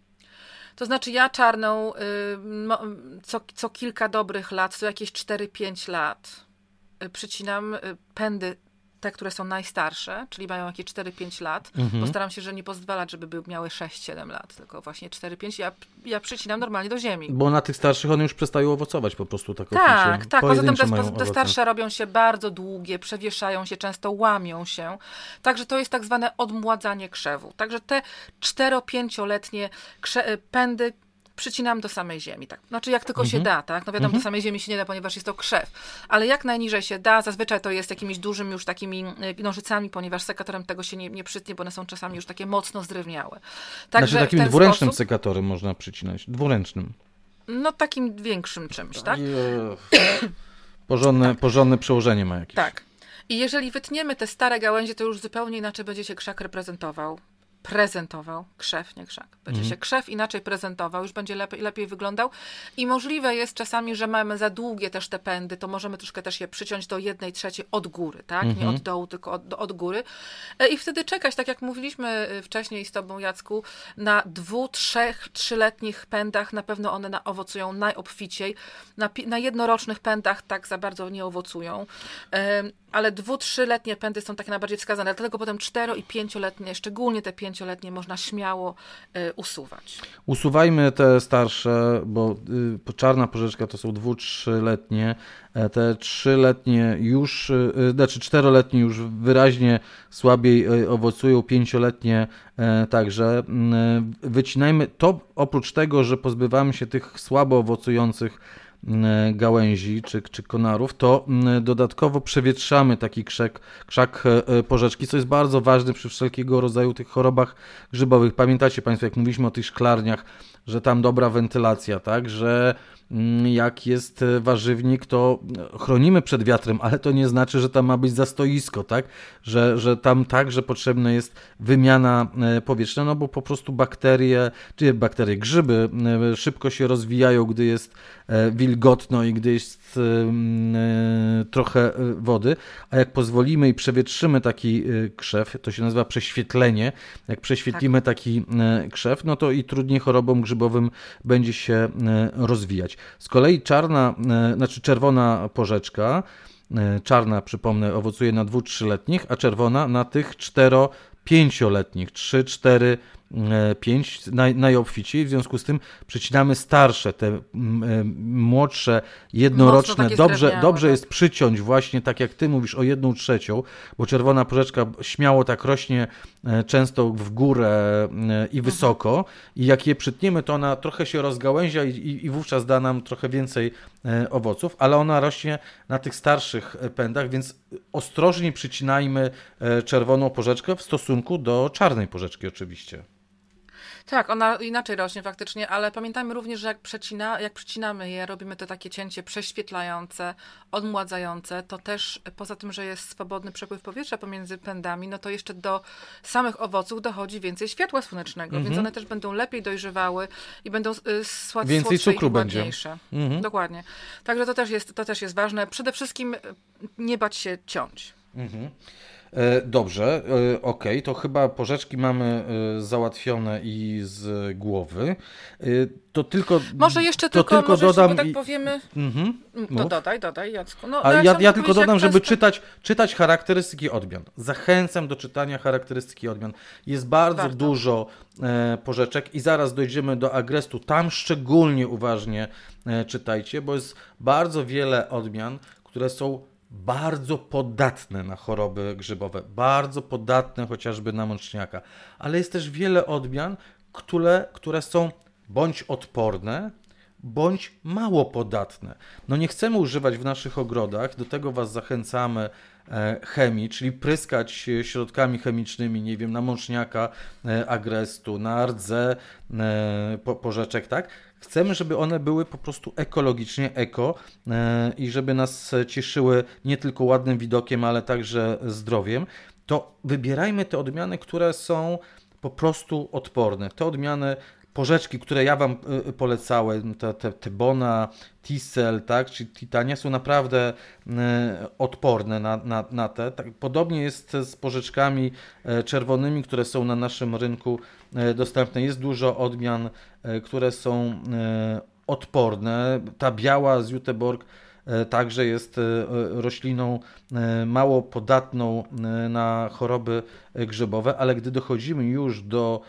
To znaczy ja czarną co, co kilka dobrych lat, co jakieś cztery pięć lat przycinam pędy, te, które są najstarsze, czyli mają jakieś cztery pięć lat, mhm. bo staram się, że nie pozwalać, żeby miały sześć siedem lat, tylko właśnie cztery pięć. Ja, ja przycinam normalnie do ziemi. Bo na tych starszych one już przestają owocować po prostu tak Tak, oficie. tak. Poza tym te, te starsze robią się bardzo długie, przewieszają się, często łamią się. Także to jest tak zwane odmładzanie krzewu. Także te cztero-pięcioletnie krze- pędy przycinam do samej ziemi, tak. Znaczy jak tylko mhm. się da, tak. No wiadomo, mhm. do samej ziemi się nie da, ponieważ jest to krzew. Ale jak najniżej się da, zazwyczaj to jest jakimiś dużymi już takimi nożycami, ponieważ sekatorem tego się nie, nie przytnie, bo one są czasami już takie mocno zdrewniałe. Także znaczy takim dwuręcznym sposób... sekatorem można przycinać. Dwuręcznym. No takim większym czymś, tak? Porządne, tak. porządne przełożenie ma jakieś. Tak. I jeżeli wytniemy te stare gałęzie, to już zupełnie inaczej będzie się krzak reprezentował. prezentował, krzew, nie krzak. Będzie mhm. się krzew inaczej prezentował, już będzie lepiej, lepiej wyglądał i możliwe jest czasami, że mamy za długie też te pędy, to możemy troszkę też je przyciąć do jednej trzeciej od góry, tak? Mhm. Nie od dołu, tylko od, od góry. I wtedy czekać, tak jak mówiliśmy wcześniej z tobą, Jacku, na dwu, trzech, trzyletnich pędach na pewno one na, owocują najobficiej. Na, na jednorocznych pędach tak za bardzo nie owocują. Um, ale dwu, trzyletnie pędy są takie najbardziej wskazane, dlatego potem cztero- i pięcioletnie, szczególnie te pięcioletnie można śmiało y, usuwać. Usuwajmy te starsze, bo y, czarna porzeczka to są dwu-, trzyletnie, te trzyletnie już, y, znaczy czteroletnie już wyraźnie słabiej y, owocują, pięcioletnie y, także. Y, wycinajmy to, oprócz tego, że pozbywamy się tych słabo owocujących gałęzi czy, czy konarów, to dodatkowo przewietrzamy taki krzak, krzak porzeczki, co jest bardzo ważne przy wszelkiego rodzaju tych chorobach grzybowych. Pamiętacie Państwo, jak mówiliśmy o tych szklarniach, że tam dobra wentylacja, tak, że jak jest warzywnik, to chronimy przed wiatrem, ale to nie znaczy, że tam ma być zastoisko, tak? Że, że tam także potrzebna jest wymiana powietrzna, no bo po prostu bakterie, czy bakterie, grzyby szybko się rozwijają, gdy jest wilgotno i gdy jest trochę wody, a jak pozwolimy i przewietrzymy taki krzew, to się nazywa prześwietlenie, jak prześwietlimy tak. taki krzew, no to i trudniej chorobom grzybowym będzie się rozwijać. Z kolei czarna, znaczy czerwona porzeczka, czarna, przypomnę, owocuje na dwu-, trzyletnich, a czerwona na tych cztero-, pięcioletnich, trzy, cztery, pięć naj, najobficiej, w związku z tym przycinamy starsze, te młodsze, jednoroczne. Dobrze, dobrze tak. jest przyciąć właśnie, tak jak ty mówisz, o jedną trzecią, bo czerwona porzeczka śmiało tak rośnie często w górę i wysoko mhm. i jak je przytniemy, to ona trochę się rozgałęzia i, i, i wówczas da nam trochę więcej owoców, ale ona rośnie na tych starszych pędach, więc ostrożnie przycinajmy czerwoną porzeczkę w stosunku do czarnej porzeczki oczywiście. Tak, ona inaczej rośnie faktycznie, ale pamiętajmy również, że jak, przecina, jak przecinamy je, robimy to takie cięcie prześwietlające, odmładzające, to też poza tym, że jest swobodny przepływ powietrza pomiędzy pędami, no to jeszcze do samych owoców dochodzi więcej światła słonecznego, mhm. więc one też będą lepiej dojrzewały i będą y, słod, więcej słodsze cukru i ładniejsze. będzie. Mhm. Dokładnie. Także to też jest, to też jest ważne. Przede wszystkim nie bać się ciąć. Mhm. Dobrze, okej, okay. To chyba porzeczki mamy załatwione i z głowy. To tylko Może jeszcze to tylko, tylko może dodam jeszcze, tak i... powiemy. Mhm. To dodaj, dodaj, Jacku. No, A ja, ja, ja tylko dodam, żeby często... czytać, czytać charakterystyki odmian. Zachęcam do czytania charakterystyki odmian. Jest bardzo Warto. dużo e, porzeczek i zaraz dojdziemy do agrestu. Tam szczególnie uważnie e, czytajcie, bo jest bardzo wiele odmian, które są bardzo podatne na choroby grzybowe, bardzo podatne chociażby na mączniaka, ale jest też wiele odmian, które, które są bądź odporne, bądź mało podatne. No nie chcemy używać w naszych ogrodach, do tego Was zachęcamy, e, chemii, czyli pryskać środkami chemicznymi, nie wiem, na mączniaka e, agrestu, na rdze e, po, porzeczek, tak? Chcemy, żeby one były po prostu ekologicznie eko e, i żeby nas cieszyły nie tylko ładnym widokiem, ale także zdrowiem. To wybierajmy te odmiany, które są po prostu odporne. Te odmiany porzeczki, które ja Wam polecałem, te, te, te Bona, Tissel, tak, czy Titania, są naprawdę e, odporne na, na, na te. Tak, podobnie jest z porzeczkami e, czerwonymi, które są na naszym rynku e, dostępne. Jest dużo odmian, e, które są e, odporne. Ta biała z Göteborg e, także jest e, rośliną e, mało podatną e, na choroby grzybowe, ale gdy dochodzimy już do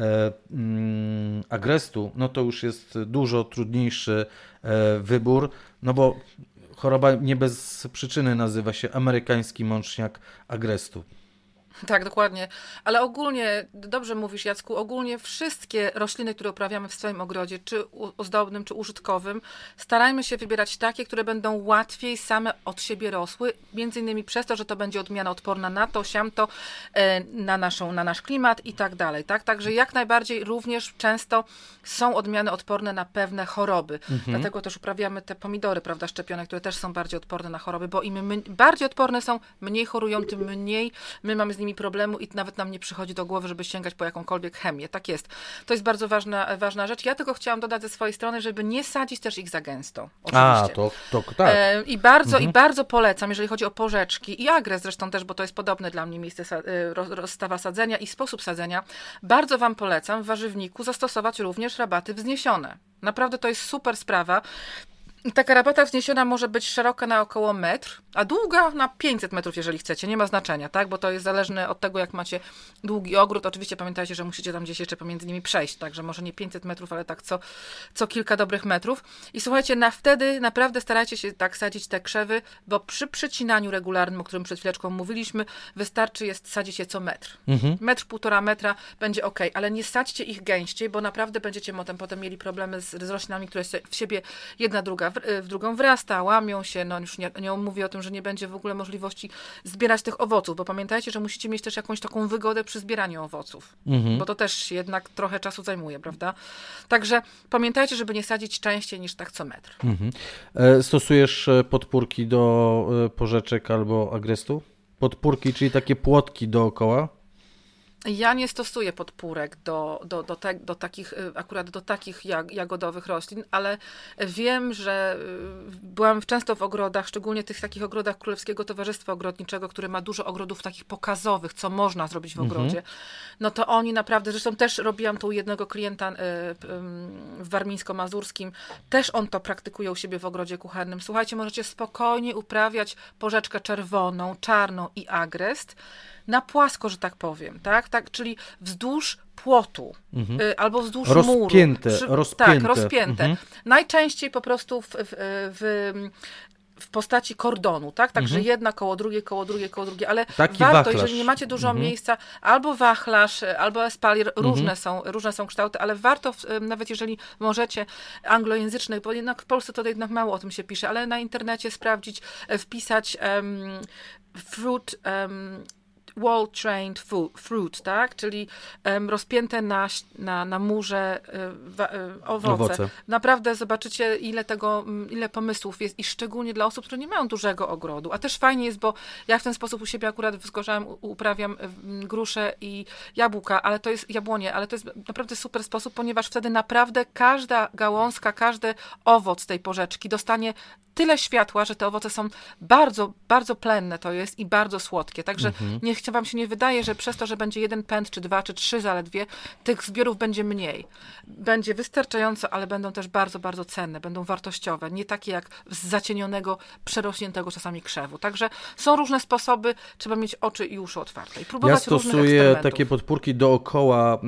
agrestu, no to już jest dużo trudniejszy wybór, no bo choroba nie bez przyczyny nazywa się amerykański mączniak agrestu. Tak, dokładnie. Ale ogólnie, dobrze mówisz, Jacku, ogólnie wszystkie rośliny, które uprawiamy w swoim ogrodzie, czy ozdobnym, czy użytkowym, starajmy się wybierać takie, które będą łatwiej same od siebie rosły, między innymi przez to, że to będzie odmiana odporna na to, siamto, na, naszą, na nasz klimat i tak dalej. Tak? Także jak najbardziej również często są odmiany odporne na pewne choroby. Mhm. Dlatego też uprawiamy te pomidory, prawda, szczepione, które też są bardziej odporne na choroby, bo im my, bardziej odporne są, mniej chorują, tym mniej my mamy z nimi problemu i nawet nam nie przychodzi do głowy, żeby sięgać po jakąkolwiek chemię. Tak jest. To jest bardzo ważna, ważna rzecz. Ja tylko chciałam dodać ze swojej strony, żeby nie sadzić też ich za gęsto. Oczywiście. A, to, to tak. E, I bardzo, mhm. i bardzo polecam, jeżeli chodzi o porzeczki i agres zresztą też, bo to jest podobne dla mnie miejsce rozstawa sadzenia i sposób sadzenia. Bardzo Wam polecam w warzywniku zastosować również rabaty wzniesione. Naprawdę to jest super sprawa. Taka rabata wzniesiona może być szeroka na około metr, a długa na pięćset metrów, jeżeli chcecie. Nie ma znaczenia, tak? Bo to jest zależne od tego, jak macie długi ogród. Oczywiście pamiętajcie, że musicie tam gdzieś jeszcze pomiędzy nimi przejść, także może nie pięćset metrów, ale tak co, co kilka dobrych metrów. I słuchajcie, na wtedy naprawdę starajcie się tak sadzić te krzewy, bo przy przycinaniu regularnym, o którym przed chwileczką mówiliśmy, wystarczy jest sadzić je co metr. Mhm. Metr, półtora metra będzie ok, ale nie sadźcie ich gęściej, bo naprawdę będziecie potem, potem mieli problemy z, z roślinami, które w siebie jedna druga w drugą wrasta, łamią się, no już nie, nie mówię o tym, że nie będzie w ogóle możliwości zbierać tych owoców, bo pamiętajcie, że musicie mieć też jakąś taką wygodę przy zbieraniu owoców, mhm. bo to też jednak trochę czasu zajmuje, prawda? Także pamiętajcie, żeby nie sadzić częściej niż tak co metr. Mhm. Stosujesz podpórki do porzeczek albo agrestu? Podpórki, czyli takie płotki dookoła? Ja nie stosuję podpórek do, do, do, te, do takich, akurat do takich jagodowych roślin, ale wiem, że byłam często w ogrodach, szczególnie tych takich ogrodach Królewskiego Towarzystwa Ogrodniczego, które ma dużo ogrodów takich pokazowych, co można zrobić w ogrodzie. Mhm. No to oni naprawdę, zresztą też robiłam to u jednego klienta w warmińsko-mazurskim, też on to praktykuje u siebie w ogrodzie kuchennym. Słuchajcie, możecie spokojnie uprawiać porzeczkę czerwoną, czarną i agrest, na płasko, że tak powiem, tak? tak czyli wzdłuż płotu, mhm. y, albo wzdłuż rozpięte, muru. Przy, rozpięte. Tak, rozpięte. Mhm. Najczęściej po prostu w, w, w, w postaci kordonu, tak? Także mhm. jedna koło drugiej, koło drugiej, koło drugiej, ale Taki warto, wachlarz. Jeżeli nie macie dużo mhm. miejsca, albo wachlarz, albo espalier, różne, mhm. są, różne są kształty, ale warto, nawet jeżeli możecie, anglojęzycznych, bo jednak w Polsce to jednak mało o tym się pisze, ale na internecie sprawdzić, wpisać um, fruit um, wall-trained fruit, tak? Czyli um, rozpięte na, na, na murze um, owoce. owoce. Naprawdę zobaczycie, ile tego, ile pomysłów jest i szczególnie dla osób, które nie mają dużego ogrodu. A też fajnie jest, bo ja w ten sposób u siebie akurat w Zgorzałym uprawiam grusze i jabłka, ale to jest jabłonie, ale to jest naprawdę super sposób, ponieważ wtedy naprawdę każda gałązka, każdy owoc tej porzeczki dostanie tyle światła, że te owoce są bardzo, bardzo plenne to jest i bardzo słodkie. Także mhm. niech wam się nie wydaje, że przez to, że będzie jeden pęd, czy dwa, czy trzy zaledwie, tych zbiorów będzie mniej. Będzie wystarczająco, ale będą też bardzo, bardzo cenne, będą wartościowe. Nie takie jak z zacienionego, przerośniętego czasami krzewu. Także są różne sposoby, trzeba mieć oczy i uszy otwarte. I próbować ja stosuję takie podpórki dookoła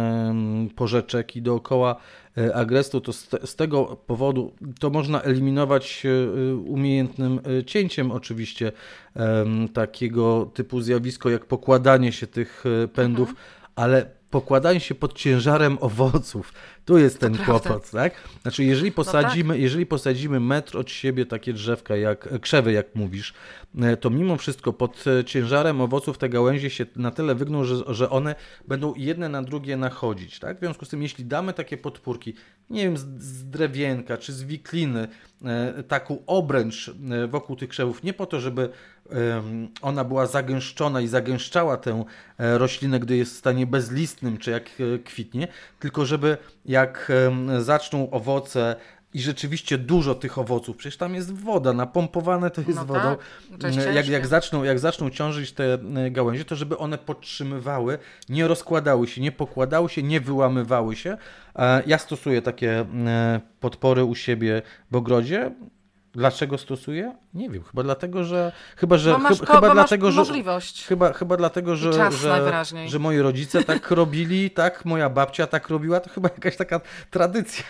e, porzeczek i dookoła agrestu, to z, te, z tego powodu to można eliminować umiejętnym cięciem oczywiście um, takiego typu zjawisko jak pokładanie się tych pędów, mhm. ale pokładanie się pod ciężarem owoców. Tu jest ten to kłopot, tak? Znaczy, jeżeli posadzimy, no tak. jeżeli posadzimy metr od siebie takie drzewka, jak krzewy, jak mówisz, to mimo wszystko pod ciężarem owoców te gałęzie się na tyle wygną, że, że one będą jedne na drugie nachodzić, tak? W związku z tym, jeśli damy takie podpórki, nie wiem, z, z drewienka czy z wikliny, e, taką obręcz wokół tych krzewów, nie po to, żeby e, ona była zagęszczona i zagęszczała tę e, roślinę, gdy jest w stanie bezlistnym, czy jak e, kwitnie, tylko żeby jak e, zaczną owoce i rzeczywiście dużo tych owoców, przecież tam jest woda, napompowane to jest no wodą. Tak, to jest jak, jak, zaczną, jak zaczną ciążyć te gałęzie, to żeby one podtrzymywały, nie rozkładały się, nie pokładały się, nie wyłamywały się. Ja stosuję takie podpory u siebie w ogrodzie. Dlaczego stosuję? Nie wiem, chyba dlatego, że chyba że masz, chyba, chyba dlatego, że możliwość. Chyba chyba dlatego, że że, że moi rodzice tak robili, tak, moja babcia tak robiła, to chyba jakaś taka tradycja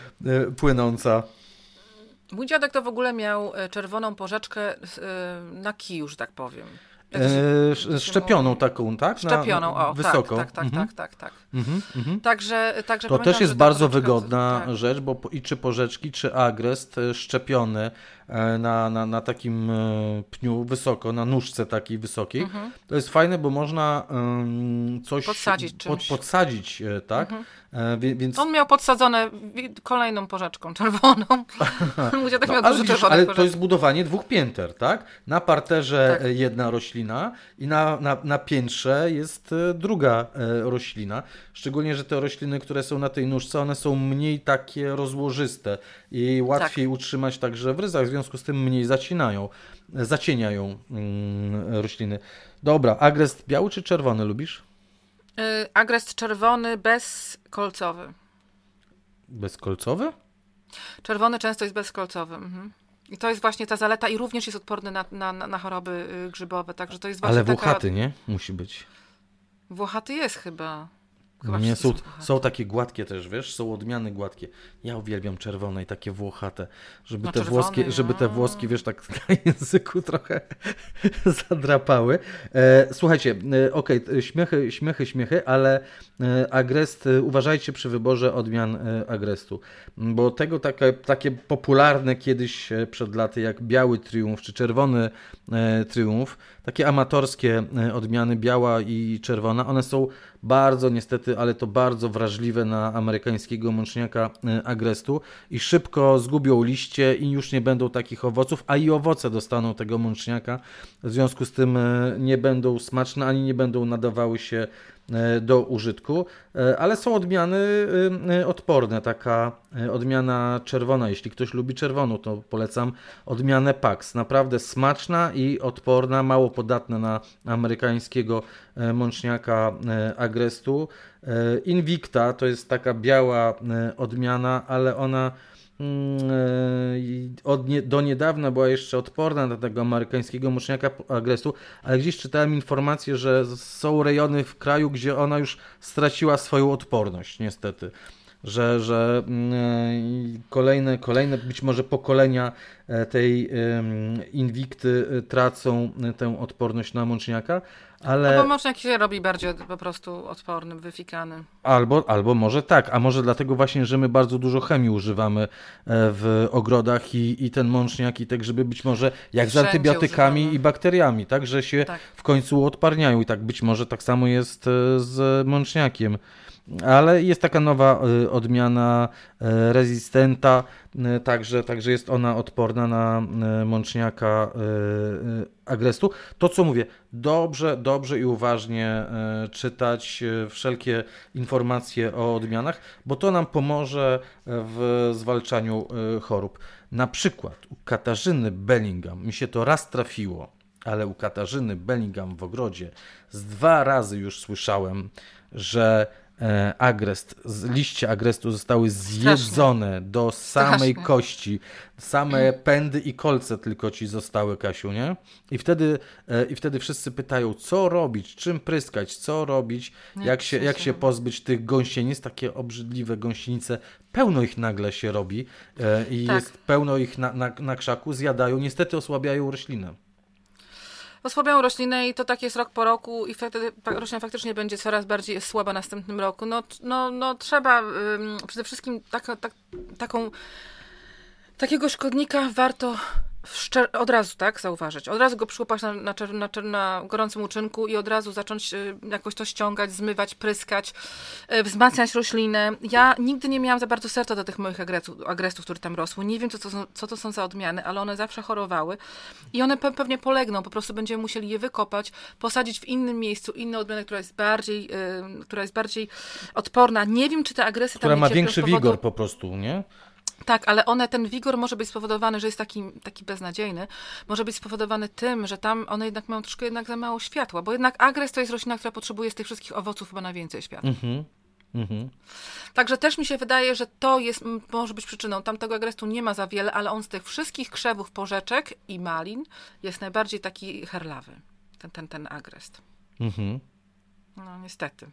płynąca. Mój dziadek to w ogóle miał czerwoną porzeczkę na kiju, że tak powiem. E, szczepioną taką, tak? Szczepioną, na, o, wysoko. tak, tak, mhm. tak, tak, tak. Mhm, mhm. Także, także to pamiętam, też jest że bardzo porzeczka, wygodna tak. rzecz, bo i czy porzeczki, czy agrest szczepiony na, na, na takim pniu wysoko, na nóżce takiej wysokiej. Mhm. To jest fajne, bo można um, coś podsadzić, pod, podsadzić, tak? Mhm. E, więc... On miał podsadzone kolejną porzeczką czerwoną. Mój tak no, miał ale, dużo widzisz, ale to jest budowanie dwóch pięter, tak? Na parterze tak. jedna roślina i na, na, na piętrze jest druga roślina. Szczególnie, że te rośliny, które są na tej nóżce, one są mniej takie rozłożyste i łatwiej tak. utrzymać także w ryzach, w związku z tym mniej zacinają, zacieniają mm, rośliny. Dobra, agrest biały czy czerwony lubisz? Yy, agrest czerwony bezkolcowy. Bezkolcowy? Czerwony często jest bezkolcowy. Mhm. I to jest właśnie ta zaleta i również jest odporny na, na, na choroby grzybowe. Także to jest właśnie ale włochaty, taka... nie? Musi być. Włochaty jest chyba. Chyba nie, są, są takie gładkie też, wiesz, są odmiany gładkie. Ja uwielbiam czerwone i takie włochate, żeby, no te, czerwony, włoskie, no. żeby te włoski, wiesz, tak na języku trochę zadrapały. E, słuchajcie, e, okej, okay, śmiechy, śmiechy, śmiechy, ale e, agrest, e, uważajcie przy wyborze odmian e, agrestu, bo tego takie, takie popularne kiedyś e, przed laty, jak biały triumf czy czerwony e, triumf, takie amatorskie e, odmiany, biała i czerwona, one są bardzo niestety, ale to bardzo wrażliwe na amerykańskiego mączniaka agrestu i szybko zgubią liście i już nie będą takich owoców, a i owoce dostaną tego mączniaka, w związku z tym nie będą smaczne, ani nie będą nadawały się do użytku, ale są odmiany odporne, taka odmiana czerwona, jeśli ktoś lubi czerwoną, to polecam odmianę Pax, naprawdę smaczna i odporna, mało podatna na amerykańskiego mączniaka agrestu. Invicta to jest taka biała odmiana, ale ona Od nie, do niedawna była jeszcze odporna na tego amerykańskiego mączniaka agrestu, ale gdzieś czytałem informację, że są rejony w kraju, gdzie ona już straciła swoją odporność, niestety. że, że kolejne, kolejne być może pokolenia tej Invicty tracą tę odporność na mączniaka, ale... No bo mączniak się robi bardziej po prostu odpornym, wyfikany. Albo, albo może tak, a może dlatego właśnie, że my bardzo dużo chemii używamy w ogrodach i, i ten mączniak i te grzyby być może jak Wszędzie z antybiotykami używamy. i bakteriami, tak, że się Tak. w końcu odparniają i tak być może tak samo jest z mączniakiem. Ale jest taka nowa odmiana rezystenta, także, także jest ona odporna na mączniaka agrestu. To, co mówię, dobrze, dobrze i uważnie czytać wszelkie informacje o odmianach, bo to nam pomoże w zwalczaniu chorób. Na przykład u Katarzyny Bellingham, mi się to raz trafiło, ale u Katarzyny Bellingham w ogrodzie z dwa razy już słyszałem, że agrest, liście agrestu zostały zjedzone Strasznie. do samej Strasznie. kości. Same pędy i kolce tylko ci zostały, Kasiu, nie? I wtedy, i wtedy wszyscy pytają, co robić, czym pryskać, co robić, jak, jak się, jak się pozbyć tych gąsienic, takie obrzydliwe gąsienice. Pełno ich nagle się robi i tak. jest pełno ich na, na, na krzaku, zjadają, niestety osłabiają roślinę. Osłabiają roślinę i to tak jest rok po roku i wtedy roślina faktycznie będzie coraz bardziej słaba następnym roku. No, no, no trzeba ym, przede wszystkim taka, tak, taką, takiego szkodnika warto szczer- od razu tak zauważyć. Od razu go przyłapać na, na, czer- na, czer- na gorącym uczynku i od razu zacząć y, jakoś to ściągać, zmywać, pryskać, y, wzmacniać roślinę. Ja nigdy nie miałam za bardzo serca do tych moich agrestów, agrestów które tam rosły. Nie wiem, co to, są, co to są za odmiany, ale one zawsze chorowały i one pe- pewnie polegną. Po prostu będziemy musieli je wykopać, posadzić w innym miejscu, inną odmianę, która jest bardziej, y, która jest bardziej odporna. Nie wiem, czy te agresy która tam ma nie większy z powodu... wigor po prostu, nie? Tak, ale one, ten wigor może być spowodowany, że jest taki, taki beznadziejny, może być spowodowany tym, że tam one jednak mają troszkę jednak za mało światła, bo jednak agres to jest roślina, która potrzebuje z tych wszystkich owoców chyba najwięcej światła. Mhm. Mhm. Także też mi się wydaje, że to jest, może być przyczyną. Tamtego agrestu nie ma za wiele, ale on z tych wszystkich krzewów, porzeczek i malin jest najbardziej taki herlawy, ten, ten, ten agrest. Mhm. No niestety.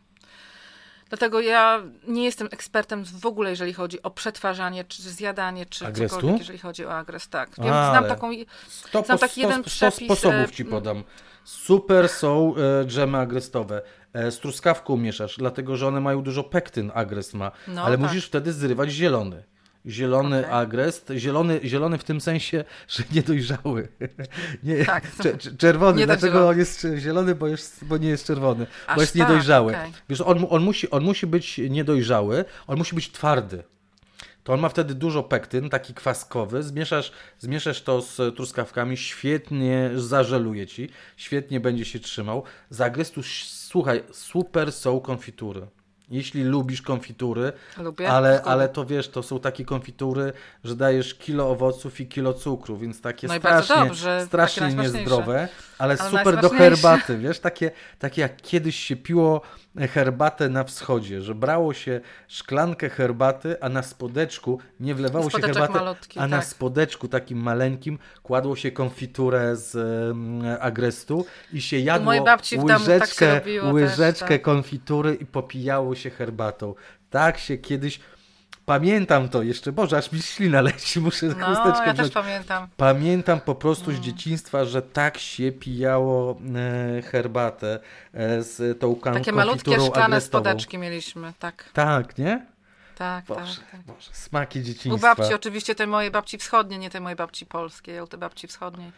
Dlatego ja nie jestem ekspertem w ogóle, jeżeli chodzi o przetwarzanie, czy zjadanie, czy Agrestu? cokolwiek, jeżeli chodzi o agres. Tak. Wiem, A, znam taką, sto, znam taki sto, jeden sto przepis. sposobów ci podam. Super są e, dżemy agrestowe. E, z truskawką mieszasz, dlatego że one mają dużo pektyn, agrest ma. No, ale tak. musisz wtedy zrywać zielony. Zielony okay. agrest, zielony, zielony w tym sensie, że niedojrzały. Nie, tak. cz- czerwony. Nie Dlaczego tak on jest zielony? Bo, jest, bo nie jest czerwony. Aż bo jest tak, niedojrzały. Okay. Wiesz, on, on, musi, on musi być niedojrzały, on musi być twardy. To on ma wtedy dużo pektyn, taki kwaskowy. Zmieszasz, zmieszasz to z truskawkami, świetnie zażeluje ci, świetnie będzie się trzymał. Z agrestu, słuchaj, super są konfitury. Jeśli lubisz konfitury, Lubię, ale, ale to wiesz, to są takie konfitury, że dajesz kilo owoców i kilo cukru, więc takie no strasznie, dobrze, strasznie takie niezdrowe, ale, ale super do herbaty, wiesz, takie, takie jak kiedyś się piło herbatę na wschodzie, że brało się szklankę herbaty, a na spodeczku nie wlewało się herbaty, malutki, a na tak. spodeczku takim maleńkim kładło się konfiturę z um, agrestu i się jadło mojej babci w domu łyżeczkę, tak się robiło łyżeczkę też, tak. konfitury i popijało się herbatą. Tak się kiedyś... Pamiętam to jeszcze, Boże, aż mi ślina leci, muszę no, chusteczkę ja wziąć. też pamiętam. Pamiętam po prostu mm. z dzieciństwa, że tak się pijało e, herbatę e, z tą kan- Takie konfiturą malutkie szklane agrestową. spodeczki mieliśmy, tak. Tak, nie? Tak, Boże, tak, tak. Boże, smaki dzieciństwa. U babci oczywiście, tej mojej babci wschodniej, nie tej mojej babci polskiej, u tej babci wschodniej.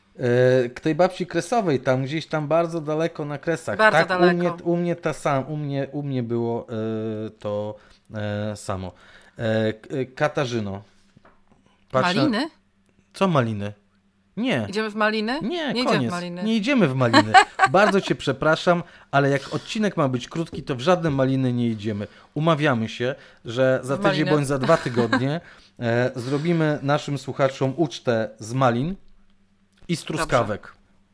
E, k tej babci kresowej, tam gdzieś tam bardzo daleko na Kresach. Bardzo tak, daleko. U mnie, u mnie ta sam, u mnie, u mnie było e, to e, samo. E, Katarzyno. Patrz Maliny? Na... Co maliny? Nie. Idziemy w maliny? Nie, nie koniec. idziemy w maliny. Nie idziemy w maliny. Bardzo cię przepraszam, ale jak odcinek ma być krótki, to w żadne maliny nie idziemy. Umawiamy się, że za tydzień maliny. bądź za dwa tygodnie e, zrobimy naszym słuchaczom ucztę z malin i z truskawek.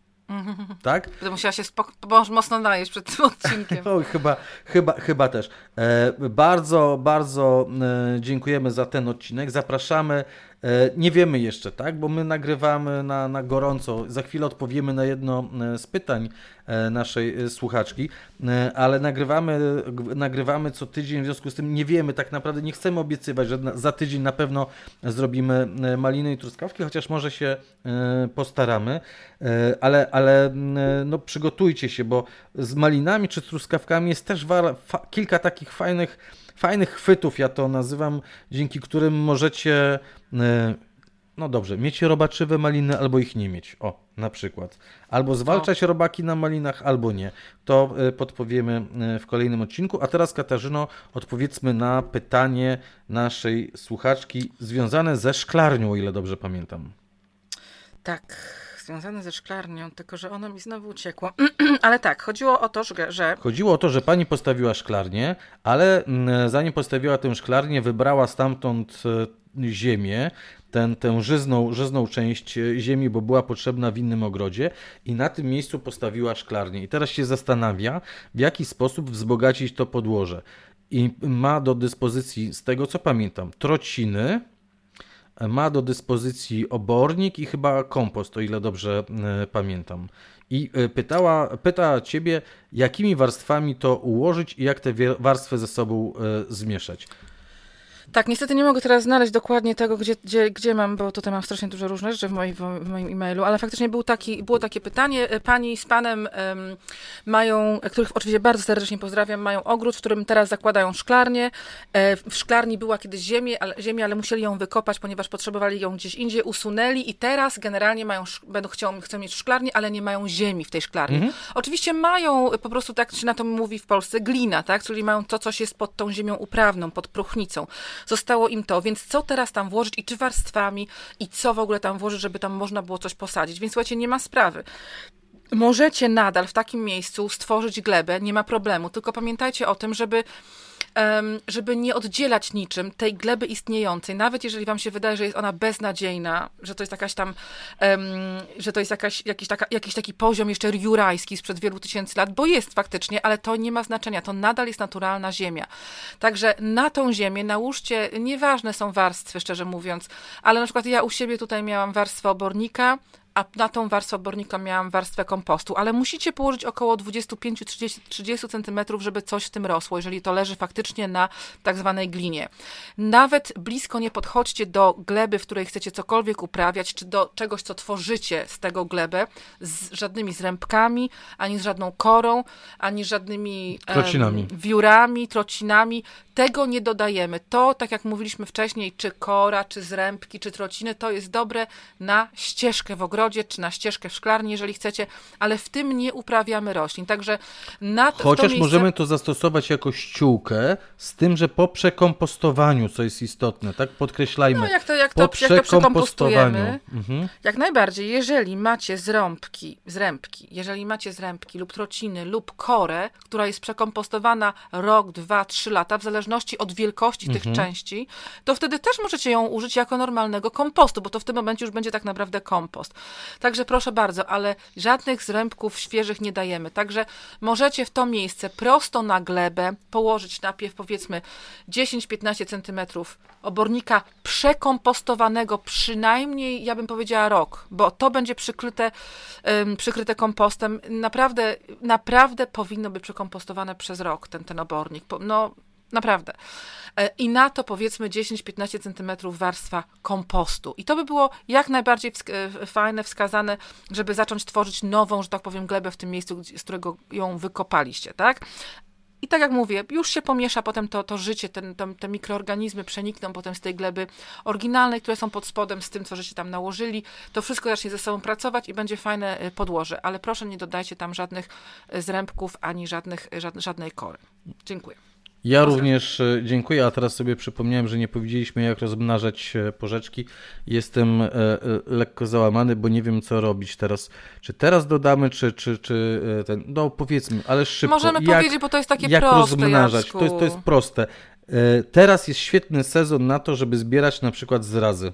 Tak? Będę musiała się spok- mocno najeść przed tym odcinkiem. O, chyba, chyba, chyba też. E, bardzo, bardzo e, dziękujemy za ten odcinek. Zapraszamy Nie wiemy jeszcze, tak, bo my nagrywamy na, na gorąco. Za chwilę odpowiemy na jedno z pytań naszej słuchaczki, ale nagrywamy, nagrywamy co tydzień, w związku z tym nie wiemy tak naprawdę, nie chcemy obiecywać, że za tydzień na pewno zrobimy maliny i truskawki, chociaż może się postaramy, ale, ale no przygotujcie się, bo z malinami czy truskawkami jest też wa- fa- kilka takich fajnych Fajnych chwytów, ja to nazywam, dzięki którym możecie, no dobrze, mieć robaczywe maliny albo ich nie mieć, o, na przykład. Albo zwalczać o. robaki na malinach, albo nie. To podpowiemy w kolejnym odcinku. A teraz, Katarzyno, odpowiedzmy na pytanie naszej słuchaczki związane ze szklarnią, o ile dobrze pamiętam. Tak. Związane ze szklarnią, tylko że ono mi znowu uciekło. Ale tak, chodziło o to, że... Chodziło o to, że pani postawiła szklarnię, ale zanim postawiła tę szklarnię, wybrała stamtąd ziemię, ten, tę żyzną, żyzną część ziemi, bo była potrzebna w innym ogrodzie i na tym miejscu postawiła szklarnię. I teraz się zastanawia, w jaki sposób wzbogacić to podłoże. I ma do dyspozycji, z tego co pamiętam, trociny, ma do dyspozycji obornik i chyba kompost, o ile dobrze y, pamiętam. I y, pytała, pyta ciebie, jakimi warstwami to ułożyć i jak te warstwy ze sobą y, zmieszać. Tak, niestety nie mogę teraz znaleźć dokładnie tego, gdzie, gdzie, gdzie mam, bo tutaj mam strasznie dużo różnych rzeczy w moim, w moim e-mailu, ale faktycznie był taki, było takie pytanie. Pani z panem um, mają, których oczywiście bardzo serdecznie pozdrawiam, mają ogród, w którym teraz zakładają szklarnię. E, w szklarni była kiedyś ziemia ale, ziemia, ale musieli ją wykopać, ponieważ potrzebowali ją gdzieś indziej, usunęli i teraz generalnie mają, będą chcą, chcą mieć szklarnię, ale nie mają ziemi w tej szklarni. Mhm. Oczywiście mają po prostu, tak się na to mówi w Polsce, glina, tak? Czyli mają to, coś jest pod tą ziemią uprawną, pod próchnicą. Zostało im to, więc co teraz tam włożyć i czy warstwami i co w ogóle tam włożyć, żeby tam można było coś posadzić. Więc słuchajcie, nie ma sprawy. Możecie nadal w takim miejscu stworzyć glebę, nie ma problemu, tylko pamiętajcie o tym, żeby żeby nie oddzielać niczym tej gleby istniejącej, nawet jeżeli wam się wydaje, że jest ona beznadziejna, że to jest jakaś tam, um, że to jest jakaś, jakiś, taka, jakiś taki poziom jeszcze jurajski sprzed wielu tysięcy lat, bo jest faktycznie, ale to nie ma znaczenia, to nadal jest naturalna ziemia. Także na tą ziemię nałóżcie, nieważne są warstwy, szczerze mówiąc, ale na przykład ja u siebie tutaj miałam warstwę obornika, a na tą warstwę obornika miałam warstwę kompostu, ale musicie położyć około dwadzieścia pięć do trzydziestu centymetrów, żeby coś w tym rosło, jeżeli to leży faktycznie na tak zwanej glinie. Nawet blisko nie podchodźcie do gleby, w której chcecie cokolwiek uprawiać, czy do czegoś, co tworzycie z tego glebę, z żadnymi zrębkami, ani z żadną korą, ani z żadnymi trocinami. Um, wiórami, trocinami. Tego nie dodajemy. To, tak jak mówiliśmy wcześniej, czy kora, czy zrębki, czy trociny, to jest dobre na ścieżkę w ogrodzie, czy na ścieżkę w szklarni, jeżeli chcecie, ale w tym nie uprawiamy roślin. Także na to, Chociaż to miejsce... możemy to zastosować jako ściółkę, z tym, że po przekompostowaniu, co jest istotne, tak podkreślajmy. No jak to, jak po to, jak to przekompostujemy, mhm. jak najbardziej, jeżeli macie zrąbki, zrębki, jeżeli macie zrębki lub trociny lub korę, która jest przekompostowana rok, dwa, trzy lata, w zależności od wielkości mhm. tych części, to wtedy też możecie ją użyć jako normalnego kompostu, bo to w tym momencie już będzie tak naprawdę kompost. Także proszę bardzo, ale żadnych zrębków świeżych nie dajemy. Także możecie w to miejsce prosto na glebę położyć najpierw powiedzmy dziesięć do piętnastu centymetrów obornika przekompostowanego przynajmniej, ja bym powiedziała rok, bo to będzie przykryte, um, przykryte kompostem. Naprawdę, naprawdę powinno być przekompostowane przez rok ten, ten obornik. No, naprawdę. I na to powiedzmy dziesięć do piętnastu centymetrów warstwa kompostu. I to by było jak najbardziej wsk- fajne, wskazane, żeby zacząć tworzyć nową, że tak powiem, glebę w tym miejscu, z którego ją wykopaliście, tak? I tak jak mówię, już się pomiesza potem to, to życie, ten, te, te mikroorganizmy przenikną potem z tej gleby oryginalnej, które są pod spodem, z tym, co żeście tam nałożyli. To wszystko zacznie ze sobą pracować i będzie fajne podłoże. Ale proszę, nie dodajcie tam żadnych zrębków, ani żadnych, żadnej kory. Dziękuję. Ja również dziękuję, a teraz sobie przypomniałem, że nie powiedzieliśmy, jak rozmnażać porzeczki. Jestem lekko załamany, bo nie wiem, co robić teraz. Czy teraz dodamy, czy, czy, czy ten... No powiedzmy, ale szybko. Możemy jak, powiedzieć, bo to jest takie jak proste, rozmnażać? To jest, to jest proste. Teraz jest świetny sezon na to, żeby zbierać na przykład zrazy.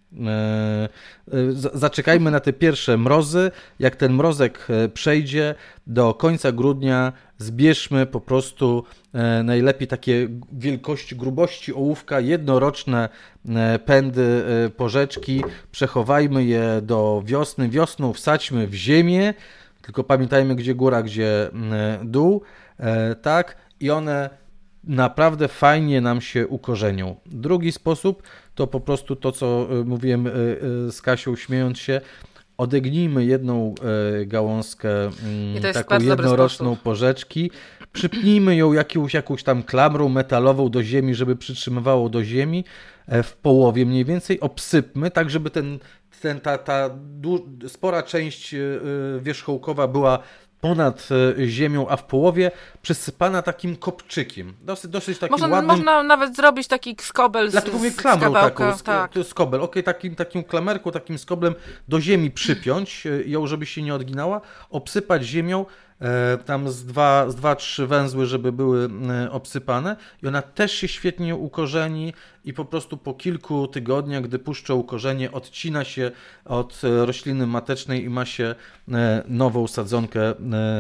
Zaczekajmy na te pierwsze mrozy. Jak ten mrozek przejdzie do końca grudnia, zbierzmy po prostu najlepiej takie wielkości, grubości ołówka, jednoroczne pędy porzeczki, przechowajmy je do wiosny. Wiosną wsadźmy w ziemię, tylko pamiętajmy, gdzie góra, gdzie dół, tak, i one naprawdę fajnie nam się ukorzenią. Drugi sposób to po prostu to, co mówiłem z Kasią, śmiejąc się, odegnijmy jedną gałązkę, taką jednoroczną porzeczki, przypnijmy ją jakąś, jakąś tam klamrą metalową do ziemi, żeby przytrzymywało do ziemi, w połowie mniej więcej, obsypmy, tak żeby ten, ten, ta, ta spora część wierzchołkowa była ponad ziemią, a w połowie przysypana takim kopczykiem. Dosyć, dosyć takim można, ładnym... Można nawet zrobić taki skobel z, Dlatego mówię z klamrą kawałka, taką, tak. skobel. Okej, okay, takim, takim klamerką, takim skoblem do ziemi przypiąć ją, żeby się nie odginała, obsypać ziemią, e, tam z dwa, z dwa, trzy węzły, żeby były e, obsypane i ona też się świetnie ukorzeni i po prostu po kilku tygodniach, gdy puszcza korzenie, odcina się od rośliny matecznej i ma się nową sadzonkę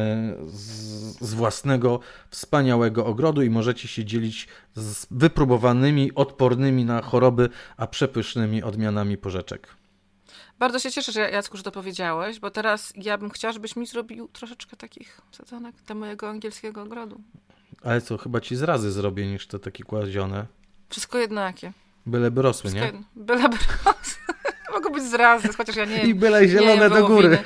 z, z własnego wspaniałego ogrodu i możecie się dzielić z wypróbowanymi, odpornymi na choroby, a przepysznymi odmianami porzeczek. Bardzo się cieszę, że Jacku, że to powiedziałeś, bo teraz ja bym chciała, żebyś mi zrobił troszeczkę takich sadzonek do mojego angielskiego ogrodu. Ale co, chyba ci zrazy zrobię niż te takie kładzione. Wszystko jednakie. Byleby rosły, nie? Jedno. Byleby rosły. Mogą być zrazy, chociaż ja nie I byle zielone do góry.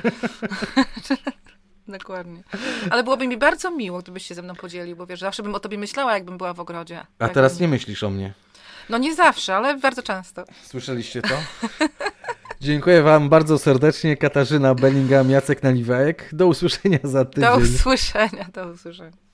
Dokładnie. Ale byłoby mi bardzo miło, gdybyś się ze mną podzielił, bo wiesz, zawsze bym o tobie myślała, jakbym była w ogrodzie. A tak teraz nie myślisz o mnie? No nie zawsze, ale bardzo często. Słyszeliście to? Dziękuję wam bardzo serdecznie. Katarzyna Bellingham, Jacek Naliwajek. Do usłyszenia za tydzień. Do usłyszenia, do usłyszenia.